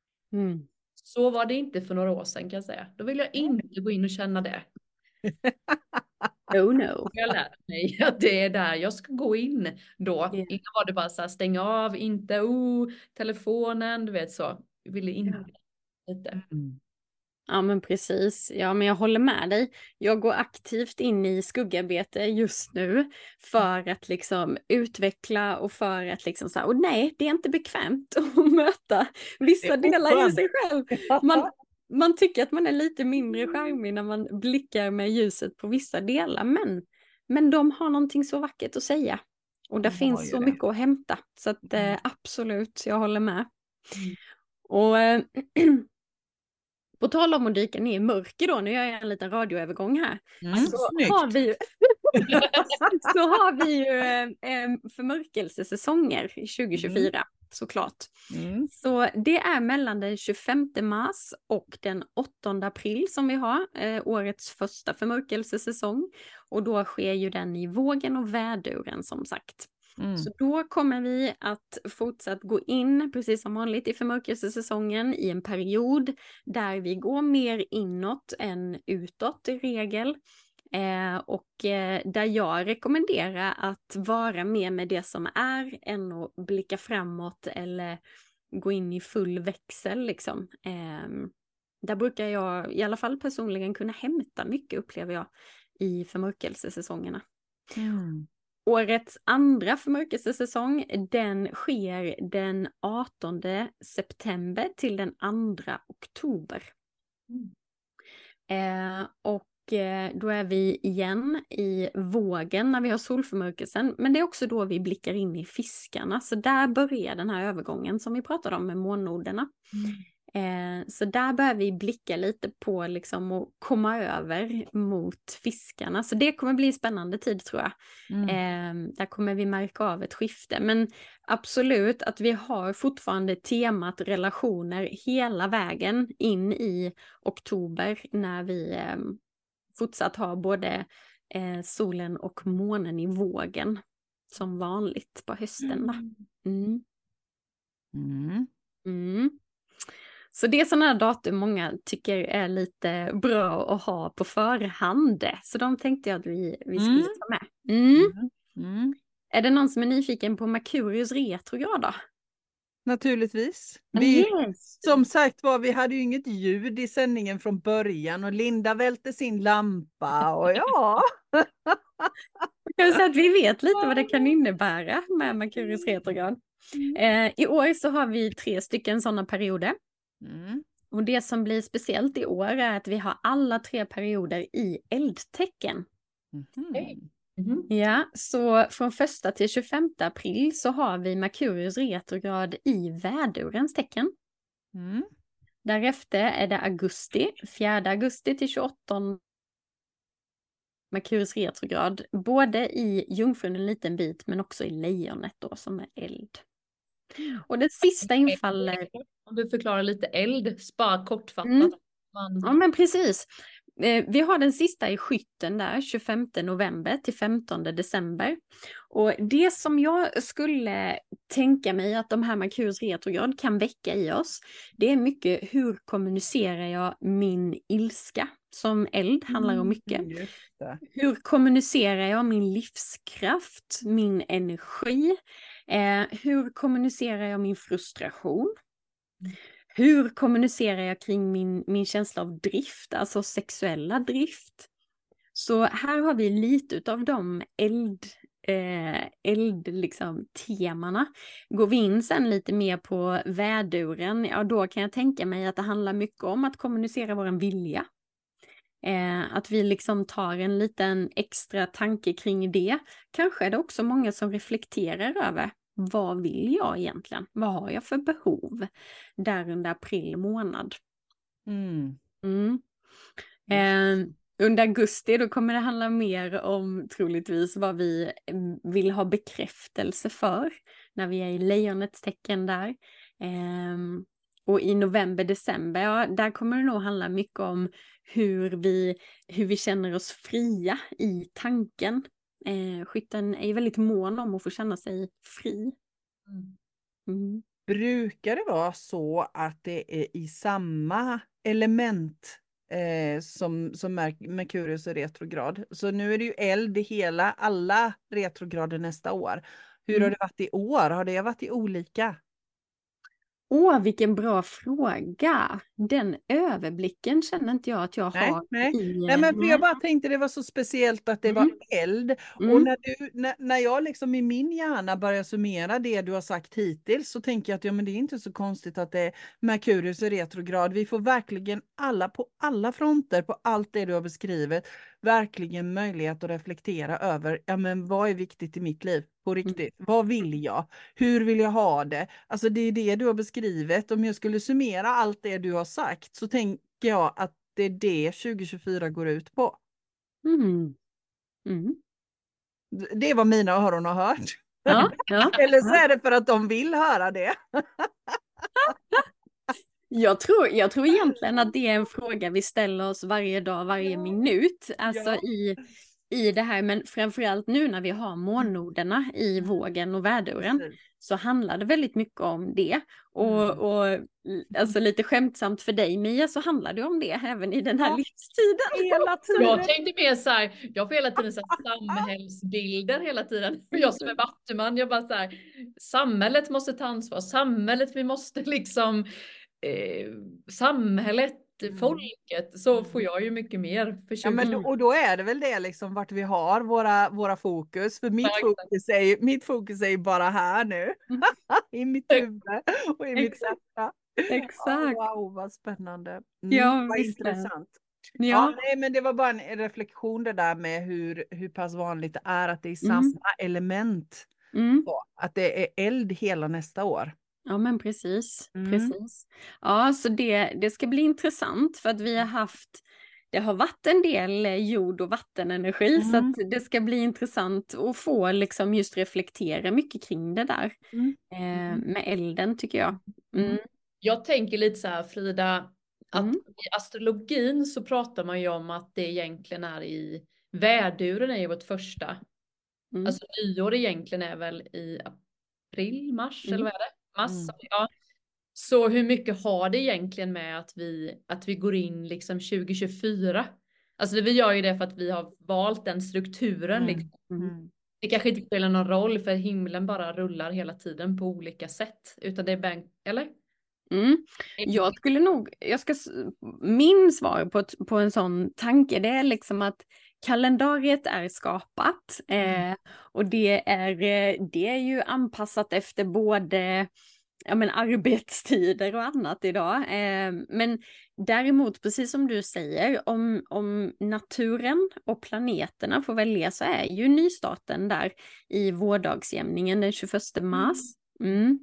[SPEAKER 3] Mm.
[SPEAKER 2] Så var det inte för några år sedan, kan jag säga. Då vill jag inte gå in och känna det.
[SPEAKER 3] Oh no.
[SPEAKER 2] Jag har lärt mig att det är där jag ska gå in då.
[SPEAKER 3] Yeah.
[SPEAKER 2] Innan var det bara så här, stänga av, inte oh, telefonen, du vet så. Jag ville inte lite.
[SPEAKER 1] Mm.
[SPEAKER 3] Ja men precis, ja men jag håller med dig. Jag går aktivt in i skuggarbete just nu för att liksom utveckla och för att liksom säga, och nej det är inte bekvämt att möta vissa
[SPEAKER 1] Det är
[SPEAKER 3] delar i
[SPEAKER 1] oskönt.
[SPEAKER 3] sig själv. Man, man tycker att man är lite mindre charmig när man blickar med ljuset på vissa delar, men, men de har någonting så vackert att säga. Och det
[SPEAKER 1] De har
[SPEAKER 3] finns
[SPEAKER 1] ju
[SPEAKER 3] så
[SPEAKER 1] det.
[SPEAKER 3] mycket att hämta. Så att, eh,
[SPEAKER 1] Mm.
[SPEAKER 3] absolut, jag håller med.
[SPEAKER 2] Mm.
[SPEAKER 3] Och eh, på tal om att dyka ner i mörker då, nu gör jag en liten radioövergång här.
[SPEAKER 1] Mm,
[SPEAKER 3] Så
[SPEAKER 1] snyggt.
[SPEAKER 3] har vi ju, så har vi ju eh, eh, förmörkelsesäsonger i tjugo tjugofyra, såklart.
[SPEAKER 1] Mm.
[SPEAKER 3] Så det är mellan den tjugofemte mars och den åttonde april som vi har eh, årets första förmörkelsesäsong. Och då sker ju den i vågen och väduren som sagt.
[SPEAKER 1] Mm.
[SPEAKER 3] Så då kommer vi att fortsatt gå in, precis som vanligt, i förmörkelsesäsongen i en period där vi går mer inåt än utåt i regel. Eh, och eh, där jag rekommenderar att vara med med det som är än att blicka framåt eller gå in i full växel liksom. Eh, där brukar jag i alla fall personligen kunna hämta mycket, upplever jag, i förmörkelsesäsongerna.
[SPEAKER 1] Mm.
[SPEAKER 3] Årets andra förmörkelsesäsong, den sker den artonde september till den andra oktober.
[SPEAKER 2] Mm.
[SPEAKER 3] Eh, och eh, då är vi igen i vågen när vi har solförmörkelsen, men det är också då vi blickar in i fiskarna, så där börjar den här övergången som vi pratade om med månnoderna.
[SPEAKER 2] Mm.
[SPEAKER 3] Eh, så där börjar vi blicka lite på liksom att komma över mot fiskarna. Så det kommer bli spännande tid tror jag.
[SPEAKER 1] Mm.
[SPEAKER 3] Eh, där kommer vi märka av ett skifte. Men absolut att vi har fortfarande temat relationer hela vägen in i oktober. När vi eh, fortsatt har både eh, solen och månen i vågen. Som vanligt på hösten då. Mm.
[SPEAKER 1] Mm.
[SPEAKER 3] Mm. Så det är sådana här datum många tycker är lite bra att ha på förhand. Så de tänkte jag att vi, vi skulle
[SPEAKER 1] Mm.
[SPEAKER 3] ta med. Mm.
[SPEAKER 1] Mm. Mm.
[SPEAKER 3] Är det någon som är nyfiken på Merkurius retrograd då?
[SPEAKER 1] Naturligtvis. Vi,
[SPEAKER 3] Yes.
[SPEAKER 1] som sagt var, vi hade ju inget ljud i sändningen från början och Linda välte sin lampa och ja.
[SPEAKER 3] Jag kan säga att vi vet lite vad det kan innebära med Merkurius retrograd. Eh, I år så har vi tre stycken sådana perioder.
[SPEAKER 1] Mm.
[SPEAKER 3] Och det som blir speciellt i år är att vi har alla tre perioder i eldtecken.
[SPEAKER 1] Mhm.
[SPEAKER 2] Mhm.
[SPEAKER 3] Ja, så från första till tjugofemte april så har vi Merkurius retrograd i vädurens tecken.
[SPEAKER 1] Mm.
[SPEAKER 3] Därefter är det augusti, fjärde augusti till tjugoåttonde Merkurius retrograd, både i jungfrun en liten bit men också i lejonet då som är eld. Och den sista infaller...
[SPEAKER 2] Om du förklarar lite eld, bara kortfattat.
[SPEAKER 3] Mm.
[SPEAKER 2] Man...
[SPEAKER 3] Ja men precis. Eh, vi har den sista i skytten där, tjugofemte november till femtonde december. Och det som jag skulle tänka mig att de här Merkurius retrograd kan väcka i oss, det är mycket hur kommunicerar jag min ilska? Som eld handlar om mycket.
[SPEAKER 1] Mm, just det.
[SPEAKER 3] Hur kommunicerar jag min livskraft, min energi? Eh, hur kommunicerar jag min frustration? Hur kommunicerar jag kring min, min känsla av drift, alltså sexuella drift? Så här har vi lite av de eld, eh, eld liksom, temana. Går vi in sen lite mer på väduren, ja då kan jag tänka mig att det handlar mycket om att kommunicera våran vilja. Eh, att vi liksom tar en liten extra tanke kring det. Kanske är det också många som reflekterar över vad vill jag egentligen? Vad har jag för behov där under april månad?
[SPEAKER 1] Mm.
[SPEAKER 3] Mm. Eh, under augusti då kommer det handla mer om troligtvis vad vi vill ha bekräftelse för när vi är i lejonets tecken där. Eh, och i november, december, ja, där kommer det nog handla mycket om hur vi, hur vi känner oss fria i tanken. Eh, skytten är ju väldigt mån om att få känna sig fri. Mm.
[SPEAKER 1] Brukar det vara så att det är i samma element eh, som, som Merkurius och retrograd? Så nu är det ju eld i hela, alla retrograder nästa år. Hur
[SPEAKER 3] Mm.
[SPEAKER 1] har det varit i år? Har det varit i olika?
[SPEAKER 3] Åh, vilken bra fråga. Den överblicken känner inte jag att jag
[SPEAKER 1] Nej,
[SPEAKER 3] har.
[SPEAKER 1] nej.
[SPEAKER 3] I,
[SPEAKER 1] Nej, men för jag bara tänkte det var så speciellt att det
[SPEAKER 3] Mm.
[SPEAKER 1] var eld.
[SPEAKER 3] Mm.
[SPEAKER 1] Och när, du, när, när jag liksom i min hjärna börjar summera det du har sagt hittills så tänker jag att ja, men det är inte så konstigt att det är Merkurius i retrograd. Vi får verkligen alla på alla fronter på allt det du har beskrivit verkligen möjlighet att reflektera över ja, men vad är viktigt i mitt liv? På riktigt. Vad vill jag? Hur vill jag ha det? Alltså det är det du har beskrivit. Om jag skulle summera allt det du har sagt så tänker jag att det är det tjugo tjugofyra går ut på.
[SPEAKER 3] Mm. Mm.
[SPEAKER 1] Det är vad mina öron har hört.
[SPEAKER 3] Ja, ja,
[SPEAKER 1] Eller så
[SPEAKER 3] ja.
[SPEAKER 1] är det för att de vill höra det.
[SPEAKER 3] Jag tror, jag tror egentligen att det är en fråga vi ställer oss varje dag, varje minut. Alltså
[SPEAKER 1] Ja.
[SPEAKER 3] i, i det här, men framförallt nu när vi har månnoderna i vågen och väduren.
[SPEAKER 1] Precis.
[SPEAKER 3] Så handlar det väldigt mycket om det. Och,
[SPEAKER 1] Mm.
[SPEAKER 3] och alltså lite skämtsamt för dig Mia så handlar det om det även i den här
[SPEAKER 1] Ja.
[SPEAKER 3] livstiden.
[SPEAKER 1] Hela tiden.
[SPEAKER 2] Jag tänkte mer så här, jag får hela tiden så här samhällsbilder hela tiden. Jag som är vattuman, jag bara så här, samhället måste ta ansvar, samhället, vi måste liksom, eh, samhället,
[SPEAKER 1] Mm.
[SPEAKER 2] folket, så får jag ju mycket mer för
[SPEAKER 1] Ja,
[SPEAKER 2] tjugo.
[SPEAKER 1] men då, och då är det väl det liksom vart vi har våra, våra fokus. För mitt
[SPEAKER 2] Ja, exakt.
[SPEAKER 1] fokus, är ju, mitt fokus är ju bara här nu.
[SPEAKER 3] Mm.
[SPEAKER 1] I mitt huvud och i mitt
[SPEAKER 3] Exakt.
[SPEAKER 1] hjärta.
[SPEAKER 3] Exakt.
[SPEAKER 1] Oh, wow, vad spännande. Mm,
[SPEAKER 3] Ja,
[SPEAKER 1] vad
[SPEAKER 3] visst är det.
[SPEAKER 1] intressant.
[SPEAKER 3] Ja.
[SPEAKER 1] Ja, nej, men det var bara en reflektion det där med hur, hur pass vanligt det är att det är samma
[SPEAKER 3] Mm.
[SPEAKER 1] element.
[SPEAKER 3] Mm.
[SPEAKER 1] På, att det är eld hela nästa år.
[SPEAKER 3] Ja men precis,
[SPEAKER 1] Mm.
[SPEAKER 3] precis. Ja så det, det ska bli intressant för att vi har haft, det har varit en del jord- och vattenenergi
[SPEAKER 1] Mm.
[SPEAKER 3] så att det ska bli intressant att få liksom just reflektera mycket kring det där
[SPEAKER 1] Mm.
[SPEAKER 3] eh,
[SPEAKER 1] Mm.
[SPEAKER 3] med elden tycker jag. Mm.
[SPEAKER 2] Jag tänker lite så här Frida, att
[SPEAKER 3] Mm.
[SPEAKER 2] i astrologin så pratar man ju om att det egentligen är i väduren är ju vårt första.
[SPEAKER 3] Mm.
[SPEAKER 2] Alltså nyår egentligen är väl i april, mars
[SPEAKER 3] Mm.
[SPEAKER 2] eller vad är det? Mars,
[SPEAKER 1] Mm.
[SPEAKER 2] ja. Så hur mycket har det egentligen med att vi, att vi går in liksom tjugo tjugofyra? Alltså vi gör ju det för att vi har valt den strukturen.
[SPEAKER 1] Mm.
[SPEAKER 2] Liksom.
[SPEAKER 3] Mm.
[SPEAKER 2] Det kanske inte spelar någon roll för himlen bara rullar hela tiden på olika sätt. Utan det är bank, eller?
[SPEAKER 3] Mm. Jag skulle nog, jag ska, min svar på, ett, på en sån tanke det är liksom att kalendariet är skapat eh, och det är, det är ju anpassat efter både ja, men arbetstider och annat idag. Eh, men däremot, precis som du säger, om, om naturen och planeterna får välja så är ju nystarten där i vårdagsjämningen den tjugoförsta mars. Mm.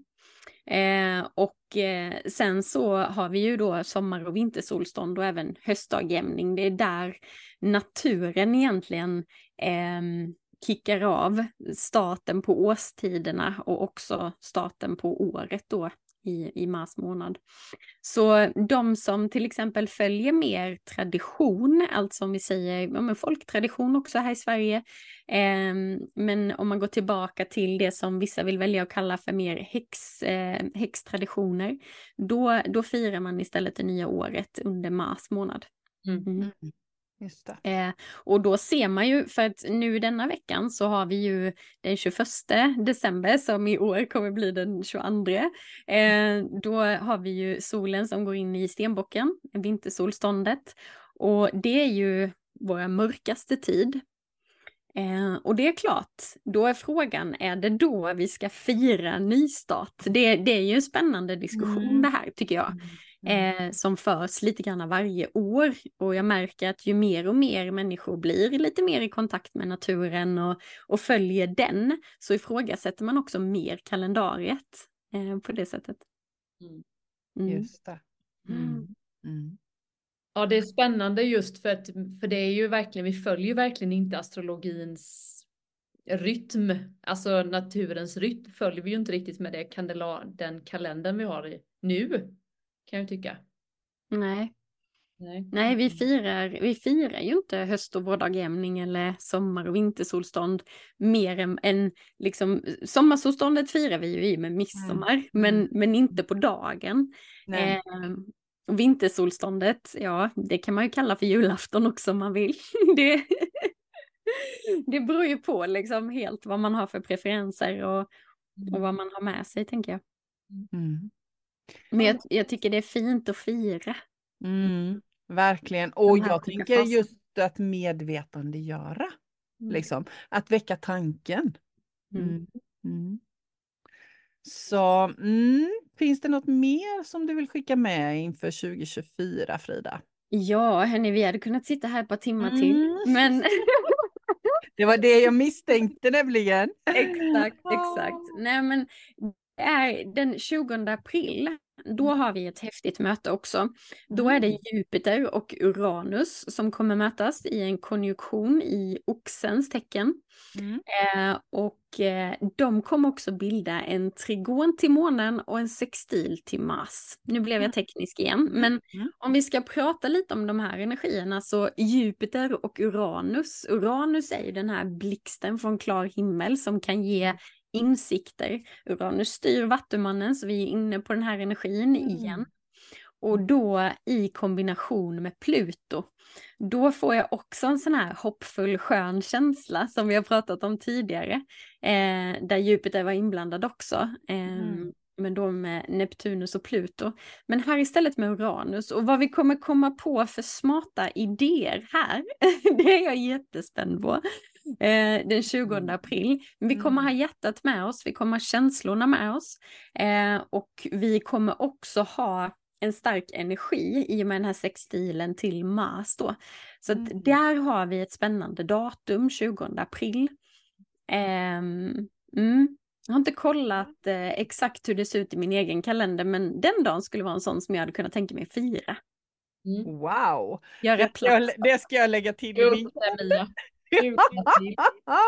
[SPEAKER 3] Eh, och eh, sen så har vi ju då sommar- och vintersolstånd och även höstdagjämning. Det är där naturen egentligen eh, kickar av starten på årstiderna och också starten på året då i, i mars månad. Så de som till exempel följer mer tradition, alltså om vi säger ja, men folktradition också här i Sverige, eh, men om man går tillbaka till det som vissa vill välja att kalla för mer häx, eh, häxtraditioner, då, då firar man istället det nya året under mars månad.
[SPEAKER 2] Mm.
[SPEAKER 3] Mm.
[SPEAKER 1] Just det.
[SPEAKER 3] Eh, och då ser man ju, för att nu denna veckan så har vi ju den tjugoförsta december som i år kommer bli den tjugoandra. Eh, då har vi ju solen som går in i stenbocken, vintersolståndet. Och det är ju vår mörkaste tid. Eh, och det är klart, då är frågan, är det då vi ska fira nystart? Det, det är ju en spännande diskussion
[SPEAKER 1] Mm.
[SPEAKER 3] det här tycker jag. Eh, som förs lite grann varje år och jag märker att ju mer och mer människor blir lite mer i kontakt med naturen och, och följer den så ifrågasätter man också mer kalendariet eh, på det sättet.
[SPEAKER 2] Mm.
[SPEAKER 3] Mm.
[SPEAKER 1] Just det. Mm. Mm.
[SPEAKER 2] Ja, det är spännande just för att för det är ju verkligen, vi följer ju verkligen inte astrologins rytm, alltså naturens rytm följer vi ju inte riktigt med det kandela, den kalendern vi har i, nu, kan jag tycka.
[SPEAKER 3] Nej.
[SPEAKER 2] Nej.
[SPEAKER 3] Nej, vi firar, vi firar ju inte höst- och vårdagjämning eller sommar- och vintersolstånd mer än, än liksom, sommarsolståndet firar vi ju i med midsommar,
[SPEAKER 1] Mm.
[SPEAKER 3] men, men inte på dagen.
[SPEAKER 1] Nej.
[SPEAKER 3] Eh, och vintersolståndet, ja, det kan man ju kalla för julafton också om man vill. det, det beror ju på liksom helt vad man har för preferenser och, och vad man har med sig, tänker jag.
[SPEAKER 1] Mm.
[SPEAKER 3] Men jag, jag tycker det är fint att fira.
[SPEAKER 1] Mm. Verkligen. Och
[SPEAKER 3] Den här
[SPEAKER 1] jag
[SPEAKER 3] olika
[SPEAKER 1] tänker
[SPEAKER 3] fasen.
[SPEAKER 1] just att medvetandegöra.
[SPEAKER 3] Mm.
[SPEAKER 1] Liksom. Att väcka tanken.
[SPEAKER 3] Mm.
[SPEAKER 1] Mm. Mm. Så mm, finns det något mer som du vill skicka med inför tjugo tjugofyra, Frida?
[SPEAKER 3] Ja, hörni, vi hade kunnat sitta här ett par timmar
[SPEAKER 1] Mm.
[SPEAKER 3] till, men
[SPEAKER 1] Det var det jag misstänkte nämligen.
[SPEAKER 3] Exakt, exakt. Nej, men det är den tjugonde april, då har vi ett häftigt möte också. Då är det Jupiter och Uranus som kommer mötas i en konjunktion i Oxens tecken.
[SPEAKER 1] Mm.
[SPEAKER 3] Eh, och eh, de kommer också bilda en trigon till månen och en sextil till Mars. Nu blev jag teknisk igen, men
[SPEAKER 1] Mm.
[SPEAKER 3] om vi ska prata lite om de här energierna, så Jupiter och Uranus. Uranus är ju den här blixten från klar himmel som kan ge insikter. Uranus styr Vattumannen, så vi är inne på den här energin igen. Och då i kombination med Pluto, då får jag också en sån här hoppfull skön känsla som vi har pratat om tidigare. Eh, där Jupiter var inblandad också. Eh,
[SPEAKER 1] Mm.
[SPEAKER 3] Men då med Neptunus och Pluto. Men här istället med Uranus. Och vad vi kommer komma på för smarta idéer här, det är jag jättespänd på. Eh, den tjugonde april. Men vi kommer ha hjärtat med oss, vi kommer ha känslorna med oss. Eh, och vi kommer också ha en stark energi i och med den här sextilen till Mars då. Så att
[SPEAKER 1] Mm.
[SPEAKER 3] där har vi ett spännande datum, tjugonde april. Um, mm. Jag har inte kollat eh, exakt hur det ser ut i min egen kalender, men den dagen skulle vara en sån som jag hade kunnat tänka mig att fira.
[SPEAKER 2] Mm.
[SPEAKER 1] Wow!
[SPEAKER 3] Göra
[SPEAKER 1] Det ska, jag,
[SPEAKER 3] plats.
[SPEAKER 1] det ska jag lägga till i
[SPEAKER 2] Jo,
[SPEAKER 1] min...
[SPEAKER 2] det är Mia. Gud, vad fint.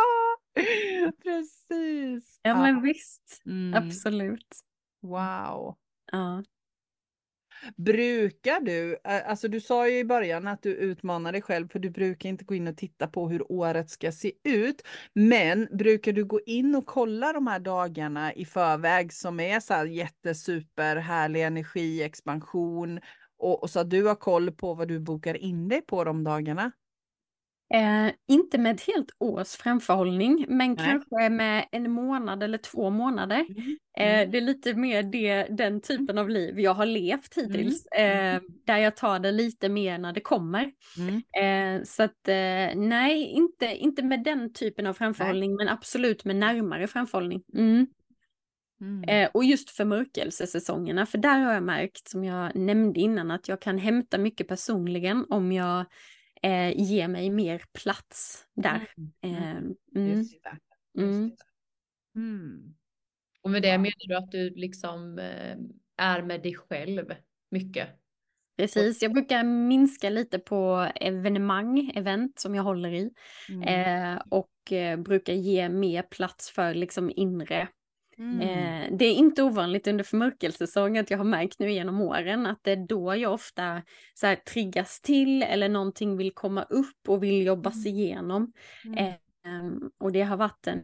[SPEAKER 1] Precis!
[SPEAKER 3] Ja, men visst.
[SPEAKER 1] Mm.
[SPEAKER 3] Absolut.
[SPEAKER 1] Wow!
[SPEAKER 3] Ja.
[SPEAKER 1] Brukar du, eh, alltså du sa ju i början att du utmanar dig själv, för du brukar inte gå in och titta på hur året ska se ut. Men brukar du gå in och kolla de här dagarna i förväg som är så här jättesuper härlig energi, expansion, och, och så att du har koll på vad du bokar in dig på de dagarna?
[SPEAKER 3] Eh, inte med ett helt års framförhållning, men
[SPEAKER 1] Nej.
[SPEAKER 3] kanske med en månad eller två månader.
[SPEAKER 1] Mm.
[SPEAKER 3] Eh, det är lite mer det, den typen av liv jag har levt hittills, eh, där jag tar det lite mer när det kommer.
[SPEAKER 1] Mm.
[SPEAKER 3] Eh, så att eh, nej, inte, inte med den typen av framförhållning, men absolut med närmare framförhållning. Mm.
[SPEAKER 1] Mm.
[SPEAKER 3] Eh, och just förmörkelsesäsongerna, för där har jag märkt, som jag nämnde innan, att jag kan hämta mycket personligen om jag eh, ger mig mer plats där. Eh, mm,
[SPEAKER 1] Just det.
[SPEAKER 3] mm.
[SPEAKER 1] Just det. Mm.
[SPEAKER 2] Och med det menar du att du liksom eh, är med dig själv mycket?
[SPEAKER 3] Precis, jag brukar minska lite på evenemang, event som jag håller i.
[SPEAKER 1] Mm.
[SPEAKER 3] Eh, och eh, brukar ge mer plats för liksom inre.
[SPEAKER 1] Mm.
[SPEAKER 3] Eh, det är inte ovanligt under förmörkelsesäsong att jag har märkt nu genom åren att det är då jag ofta så här, triggas till eller någonting vill komma upp och vill jobbas igenom.
[SPEAKER 1] Mm.
[SPEAKER 3] Eh, em, och det har varit en...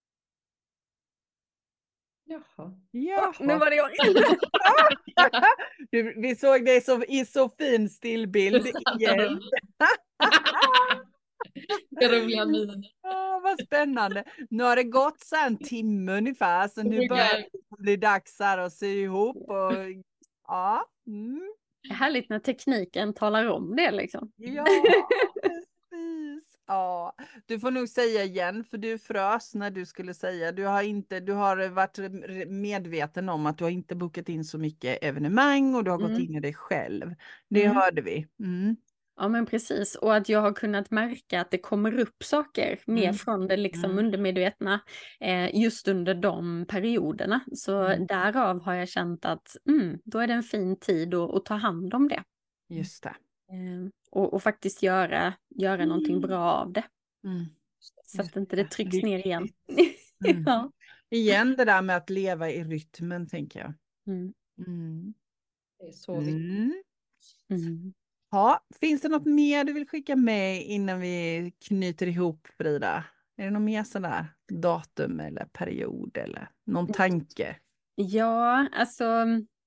[SPEAKER 2] Jaha.
[SPEAKER 1] Jaha.
[SPEAKER 3] Nu var det jag.
[SPEAKER 1] Du, vi såg dig så, i så fin stillbild igen.
[SPEAKER 2] Det roliga miner.
[SPEAKER 1] Ja, vad spännande. Nu har det gått så här en timme ungefär, så nu börjar det bli dags här att sy ihop. Och, ja. Mm.
[SPEAKER 3] Härligt när tekniken talar om det liksom.
[SPEAKER 1] Ja, precis. Ja, du får nog säga igen, för du frös när du skulle säga. Du har inte, du har varit medveten om att du har inte bokat in så mycket evenemang och du har gått
[SPEAKER 3] Mm.
[SPEAKER 1] in i dig själv. Det
[SPEAKER 3] Mm.
[SPEAKER 1] hörde vi. Mm.
[SPEAKER 3] Ja, men precis. Och att jag har kunnat märka att det kommer upp saker mer
[SPEAKER 1] Mm.
[SPEAKER 3] från det liksom
[SPEAKER 1] Mm.
[SPEAKER 3] undermedvetna eh, just under de perioderna. Så
[SPEAKER 1] Mm.
[SPEAKER 3] därav har jag känt att mm, då är det en fin tid att, att ta hand om det.
[SPEAKER 1] Just det.
[SPEAKER 3] Eh, och, och faktiskt göra, göra
[SPEAKER 1] Mm.
[SPEAKER 3] någonting bra av det.
[SPEAKER 1] Mm.
[SPEAKER 3] Så att inte det trycks
[SPEAKER 1] Viktigt.
[SPEAKER 3] ner igen.
[SPEAKER 1] Mm.
[SPEAKER 3] Ja.
[SPEAKER 1] Igen det där med att leva i rytmen, tänker jag.
[SPEAKER 3] Mm.
[SPEAKER 1] Mm.
[SPEAKER 2] Det är så viktigt.
[SPEAKER 1] Mm.
[SPEAKER 3] Mm.
[SPEAKER 1] Ja, finns det något mer du vill skicka med innan vi knyter ihop, Frida? Är det något mer sådär datum eller period eller någon tanke?
[SPEAKER 3] Ja, alltså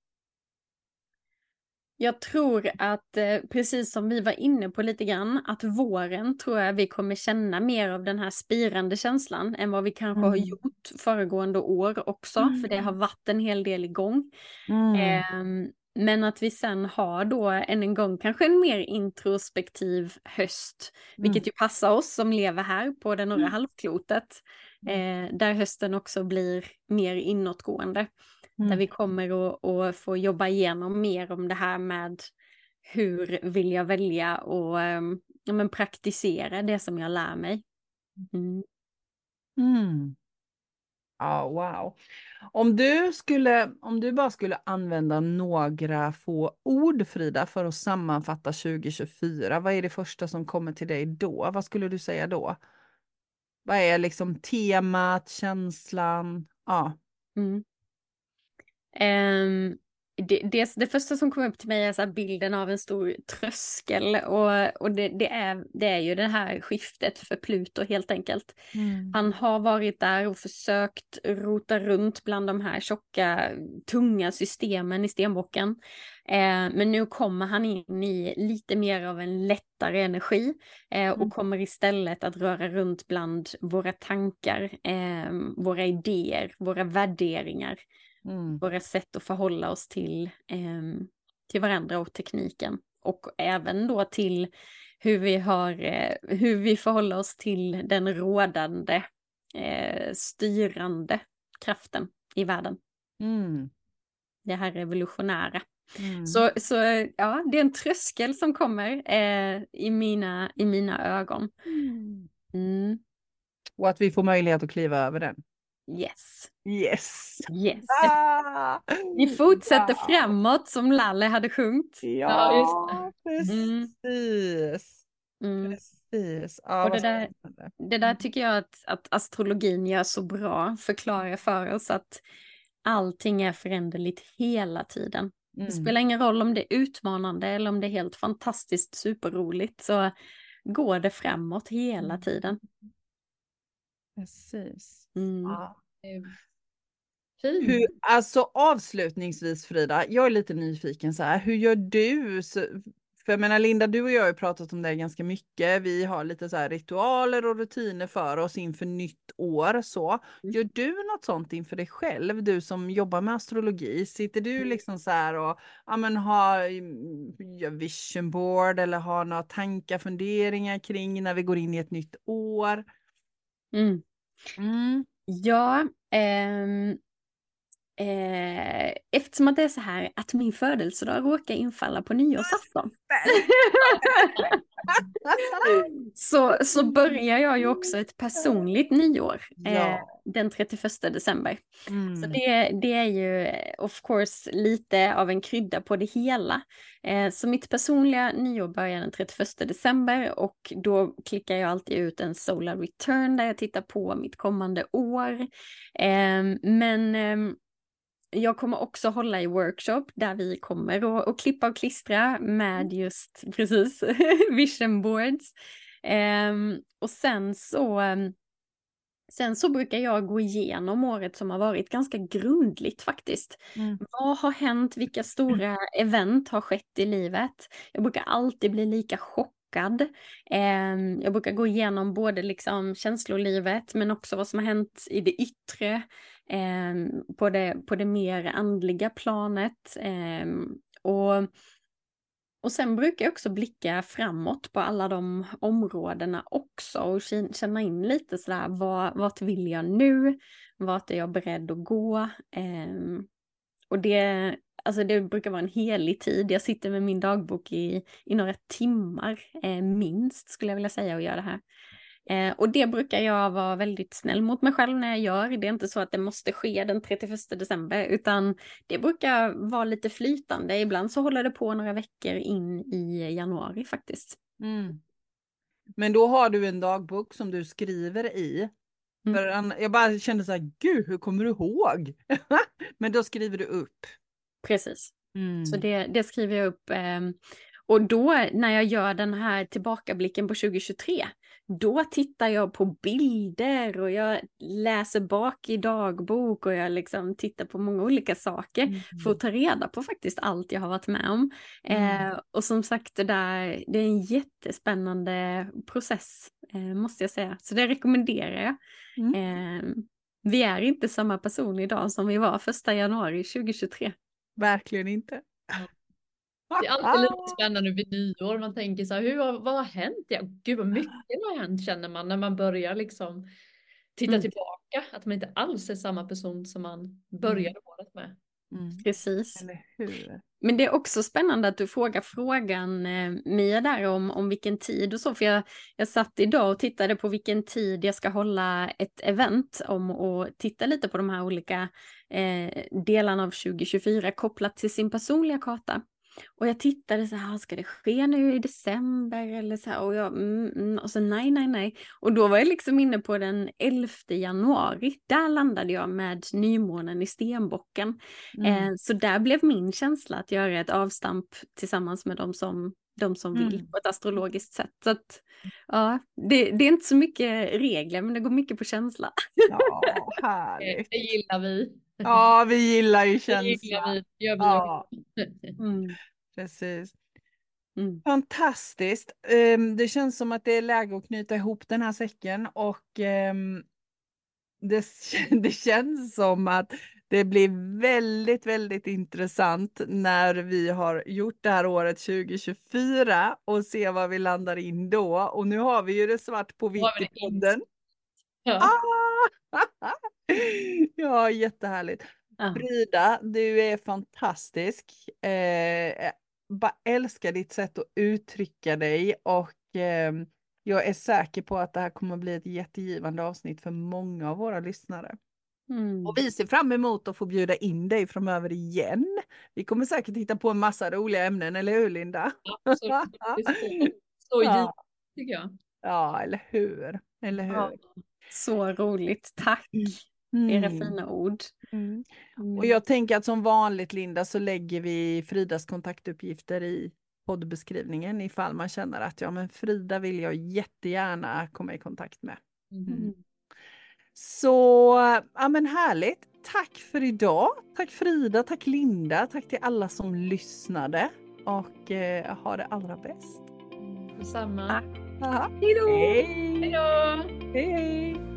[SPEAKER 3] jag tror att eh, precis som vi var inne på lite grann, att våren tror jag vi kommer känna mer av den här spirande känslan än vad vi kanske
[SPEAKER 1] Mm.
[SPEAKER 3] har gjort föregående år också,
[SPEAKER 1] Mm.
[SPEAKER 3] för det har varit en hel del igång.
[SPEAKER 1] Mm.
[SPEAKER 3] Eh, men att vi sen har då än en gång kanske en mer introspektiv höst,
[SPEAKER 1] Mm.
[SPEAKER 3] vilket ju passar oss som lever här på det norra
[SPEAKER 1] Mm.
[SPEAKER 3] halvklotet, eh, där hösten också blir mer inåtgående.
[SPEAKER 1] Mm.
[SPEAKER 3] Där vi kommer att, att få jobba igenom mer om det här med hur vill jag välja och ja, men praktisera det som jag lär mig. Mm.
[SPEAKER 1] Mm. Ja, wow. Om du skulle, om du bara skulle använda några få ord, Frida, för att sammanfatta tjugo tjugofyra, vad är det första som kommer till dig då? Vad skulle du säga då? Vad är liksom temat, känslan? Ja.
[SPEAKER 3] Mm. Um, det, det, det första som kom upp till mig är så här bilden av en stor tröskel och, och det, det, är, det är ju det här skiftet för Pluto helt enkelt.
[SPEAKER 1] Mm.
[SPEAKER 3] Han har varit där och försökt rota runt bland de här tjocka, tunga systemen i stenbocken. Eh, men nu kommer han in i lite mer av en lättare energi eh, och
[SPEAKER 1] Mm.
[SPEAKER 3] kommer istället att röra runt bland våra tankar, eh, våra idéer, våra värderingar.
[SPEAKER 1] Mm.
[SPEAKER 3] Våra sätt att förhålla oss till, eh, till varandra och tekniken. Och även då till hur vi, har, eh, hur vi förhåller oss till den rådande, eh, styrande kraften i världen.
[SPEAKER 1] Mm.
[SPEAKER 3] Det här revolutionära.
[SPEAKER 1] Mm.
[SPEAKER 3] Så, så ja, det är en tröskel som kommer eh, i, mina, i mina ögon.
[SPEAKER 1] Mm.
[SPEAKER 3] Mm.
[SPEAKER 1] Och att vi får möjlighet att kliva över den.
[SPEAKER 3] Yes.
[SPEAKER 1] Yes!
[SPEAKER 3] Yes.
[SPEAKER 1] Ah!
[SPEAKER 3] Vi fortsätter
[SPEAKER 1] Ja.
[SPEAKER 3] framåt som Lalle hade sjungit.
[SPEAKER 2] Ja,
[SPEAKER 1] Ja,
[SPEAKER 2] just
[SPEAKER 3] Mm.
[SPEAKER 1] precis.
[SPEAKER 3] Mm.
[SPEAKER 1] Precis. Ja,
[SPEAKER 3] Och det
[SPEAKER 1] vad
[SPEAKER 3] där,
[SPEAKER 1] spännande.
[SPEAKER 3] det där tycker jag att, att astrologin gör så bra, förklarar för oss att allting är föränderligt hela tiden. Det
[SPEAKER 1] Mm.
[SPEAKER 3] spelar ingen roll om det är utmanande eller om det är helt fantastiskt superroligt, så går det framåt hela tiden.
[SPEAKER 1] Precis.
[SPEAKER 3] Mm.
[SPEAKER 1] Ja.
[SPEAKER 2] Fint.
[SPEAKER 1] Hur, alltså avslutningsvis Frida, jag är lite nyfiken så här, hur gör du? Så, för jag menar Linda, du och jag har ju pratat om det ganska mycket. Vi har lite så här ritualer och rutiner för oss inför nytt år. Så. Gör du något sånt inför dig själv, du som jobbar med astrologi? Sitter du liksom så här och ja, men har gör vision board eller har några tankar, funderingar kring när vi går in i ett nytt år?
[SPEAKER 3] Mm.
[SPEAKER 1] Mm.
[SPEAKER 3] Ja, ehm, eh, eftersom att det är så här att min födelsedag råkar infalla på nyårsafton. så, så börjar jag ju också ett personligt nyår eh,
[SPEAKER 1] Ja.
[SPEAKER 3] den trettioförsta december.
[SPEAKER 1] Mm.
[SPEAKER 3] Så det, det är ju of course lite av en krydda på det hela. Eh, så mitt personliga nyår börjar den trettioförsta december och då klickar jag alltid ut en solar return där jag tittar på mitt kommande år. Eh, men eh, jag kommer också hålla i workshop där vi kommer att, att klippa och klistra med just precis vision boards. Um, och sen så, um, sen så brukar jag gå igenom året som har varit ganska grundligt faktiskt.
[SPEAKER 1] Mm.
[SPEAKER 3] Vad har hänt? Vilka stora event har skett i livet? Jag brukar alltid bli lika chockad. Um, jag brukar gå igenom både liksom känslolivet men också vad som har hänt i det yttre. Um, på, det, på det mer andliga planet. Um, och, och sen brukar jag också blicka framåt på alla de områdena också och känna in lite sådär, vad, vart vill jag nu? Vart är jag beredd att gå? Um, och det, alltså det brukar vara en helig tid. Jag sitter med min dagbok i, i några timmar, eh, minst skulle jag vilja säga, och gör det här. Eh, och det brukar jag vara väldigt snäll mot mig själv när jag gör. Det är inte så att det måste ske den trettioförsta december, utan det brukar vara lite flytande. Ibland så håller det på några veckor in i januari faktiskt.
[SPEAKER 1] Mm. Men då har du en dagbok som du skriver i.
[SPEAKER 3] Mm.
[SPEAKER 1] För an- jag bara kände så här, gud, hur kommer du ihåg? Men då skriver du upp.
[SPEAKER 3] Precis.
[SPEAKER 1] Mm.
[SPEAKER 3] Så det, det skriver jag upp. Eh, och då när jag gör den här tillbakablicken på tjugo tjugotre, då tittar jag på bilder och jag läser bak i dagbok och jag liksom tittar på många olika saker
[SPEAKER 1] Mm.
[SPEAKER 3] för att ta reda på faktiskt allt jag har varit med om.
[SPEAKER 1] Mm.
[SPEAKER 3] Eh, och som sagt, det, där, det är en jättespännande process, eh, måste jag säga. Så det rekommenderar jag.
[SPEAKER 1] Mm.
[SPEAKER 3] Eh, vi är inte samma person idag som vi var första januari tjugo tjugotre.
[SPEAKER 1] Verkligen inte.
[SPEAKER 2] Det är alltid lite spännande vid nyår. Man tänker så här, hur, har- vad har hänt? Ja, gud vad mycket har hänt, känner man när man börjar liksom titta
[SPEAKER 3] Mm.
[SPEAKER 2] tillbaka. Att man inte alls är samma person som man började året med.
[SPEAKER 1] Mm.
[SPEAKER 3] Precis.
[SPEAKER 1] Eller hur?
[SPEAKER 3] Men det är också spännande att du frågar frågan, eh, Mia, där om, om vilken tid och så. För jag, jag satt idag och tittade på vilken tid jag ska hålla ett event om och titta lite på de här olika eh, delarna av tjugo tjugofyra kopplat till sin personliga karta. Och jag tittade så här, ska det ske nu i december eller så här? Och, jag, mm, mm, och så nej, nej, nej. Och då var jag liksom inne på den elfte januari. Där landade jag med nymånen i Stenbocken.
[SPEAKER 1] Mm.
[SPEAKER 3] Eh, så där blev min känsla att göra ett avstamp tillsammans med de som, de som vill
[SPEAKER 1] Mm.
[SPEAKER 3] på ett astrologiskt sätt. Så att, ja, det, det är inte så mycket regler, men det går mycket på känsla.
[SPEAKER 1] Ja, härligt.
[SPEAKER 2] Det gillar vi.
[SPEAKER 1] Ja, vi gillar ju
[SPEAKER 2] Det
[SPEAKER 1] känslan.
[SPEAKER 2] gillar vi. Det gör vi
[SPEAKER 1] Ja,
[SPEAKER 2] också.
[SPEAKER 3] Mm.
[SPEAKER 1] precis.
[SPEAKER 3] Mm.
[SPEAKER 1] Fantastiskt. Ehm, Det känns som att det är läge att knyta ihop den här säcken och ehm, det, det känns som att det blir väldigt, väldigt intressant när vi har gjort det här året tjugo tjugofyra och se vad vi landar in då. Och nu har vi ju det svart på vitt
[SPEAKER 2] har vi
[SPEAKER 1] i
[SPEAKER 2] det
[SPEAKER 1] podden.
[SPEAKER 2] Ja.
[SPEAKER 1] Ah! Ja, jättehärligt.
[SPEAKER 3] Ja.
[SPEAKER 1] Frida, du är fantastisk. Eh, bara älskar ditt sätt att uttrycka dig och eh, jag är säker på att det här kommer att bli ett jättegivande avsnitt för många av våra lyssnare.
[SPEAKER 3] Mm.
[SPEAKER 1] Och vi ser fram emot att få bjuda in dig framöver igen. Vi kommer säkert hitta på en massa roliga ämnen, eller hur Linda?
[SPEAKER 2] Absolut. Det är så, så
[SPEAKER 1] Ja.
[SPEAKER 2] givet, tycker jag.
[SPEAKER 1] Ja, eller hur? Eller hur?
[SPEAKER 3] Ja. Så roligt, tack.
[SPEAKER 1] Mm.
[SPEAKER 3] Era fina ord.
[SPEAKER 1] Mm.
[SPEAKER 3] Mm.
[SPEAKER 1] Och jag tänker att som vanligt Linda så lägger vi Fridas kontaktuppgifter i poddbeskrivningen ifall man känner att ja men Frida vill jag jättegärna komma i kontakt med.
[SPEAKER 3] Mm.
[SPEAKER 1] Så ja men härligt. Tack för idag. Tack Frida, tack Linda, tack till alla som lyssnade och eh, ha det allra bäst.
[SPEAKER 2] Detsamma.
[SPEAKER 1] Aha.
[SPEAKER 3] Hej då!
[SPEAKER 1] Hej!
[SPEAKER 2] Hej då!
[SPEAKER 1] Hej!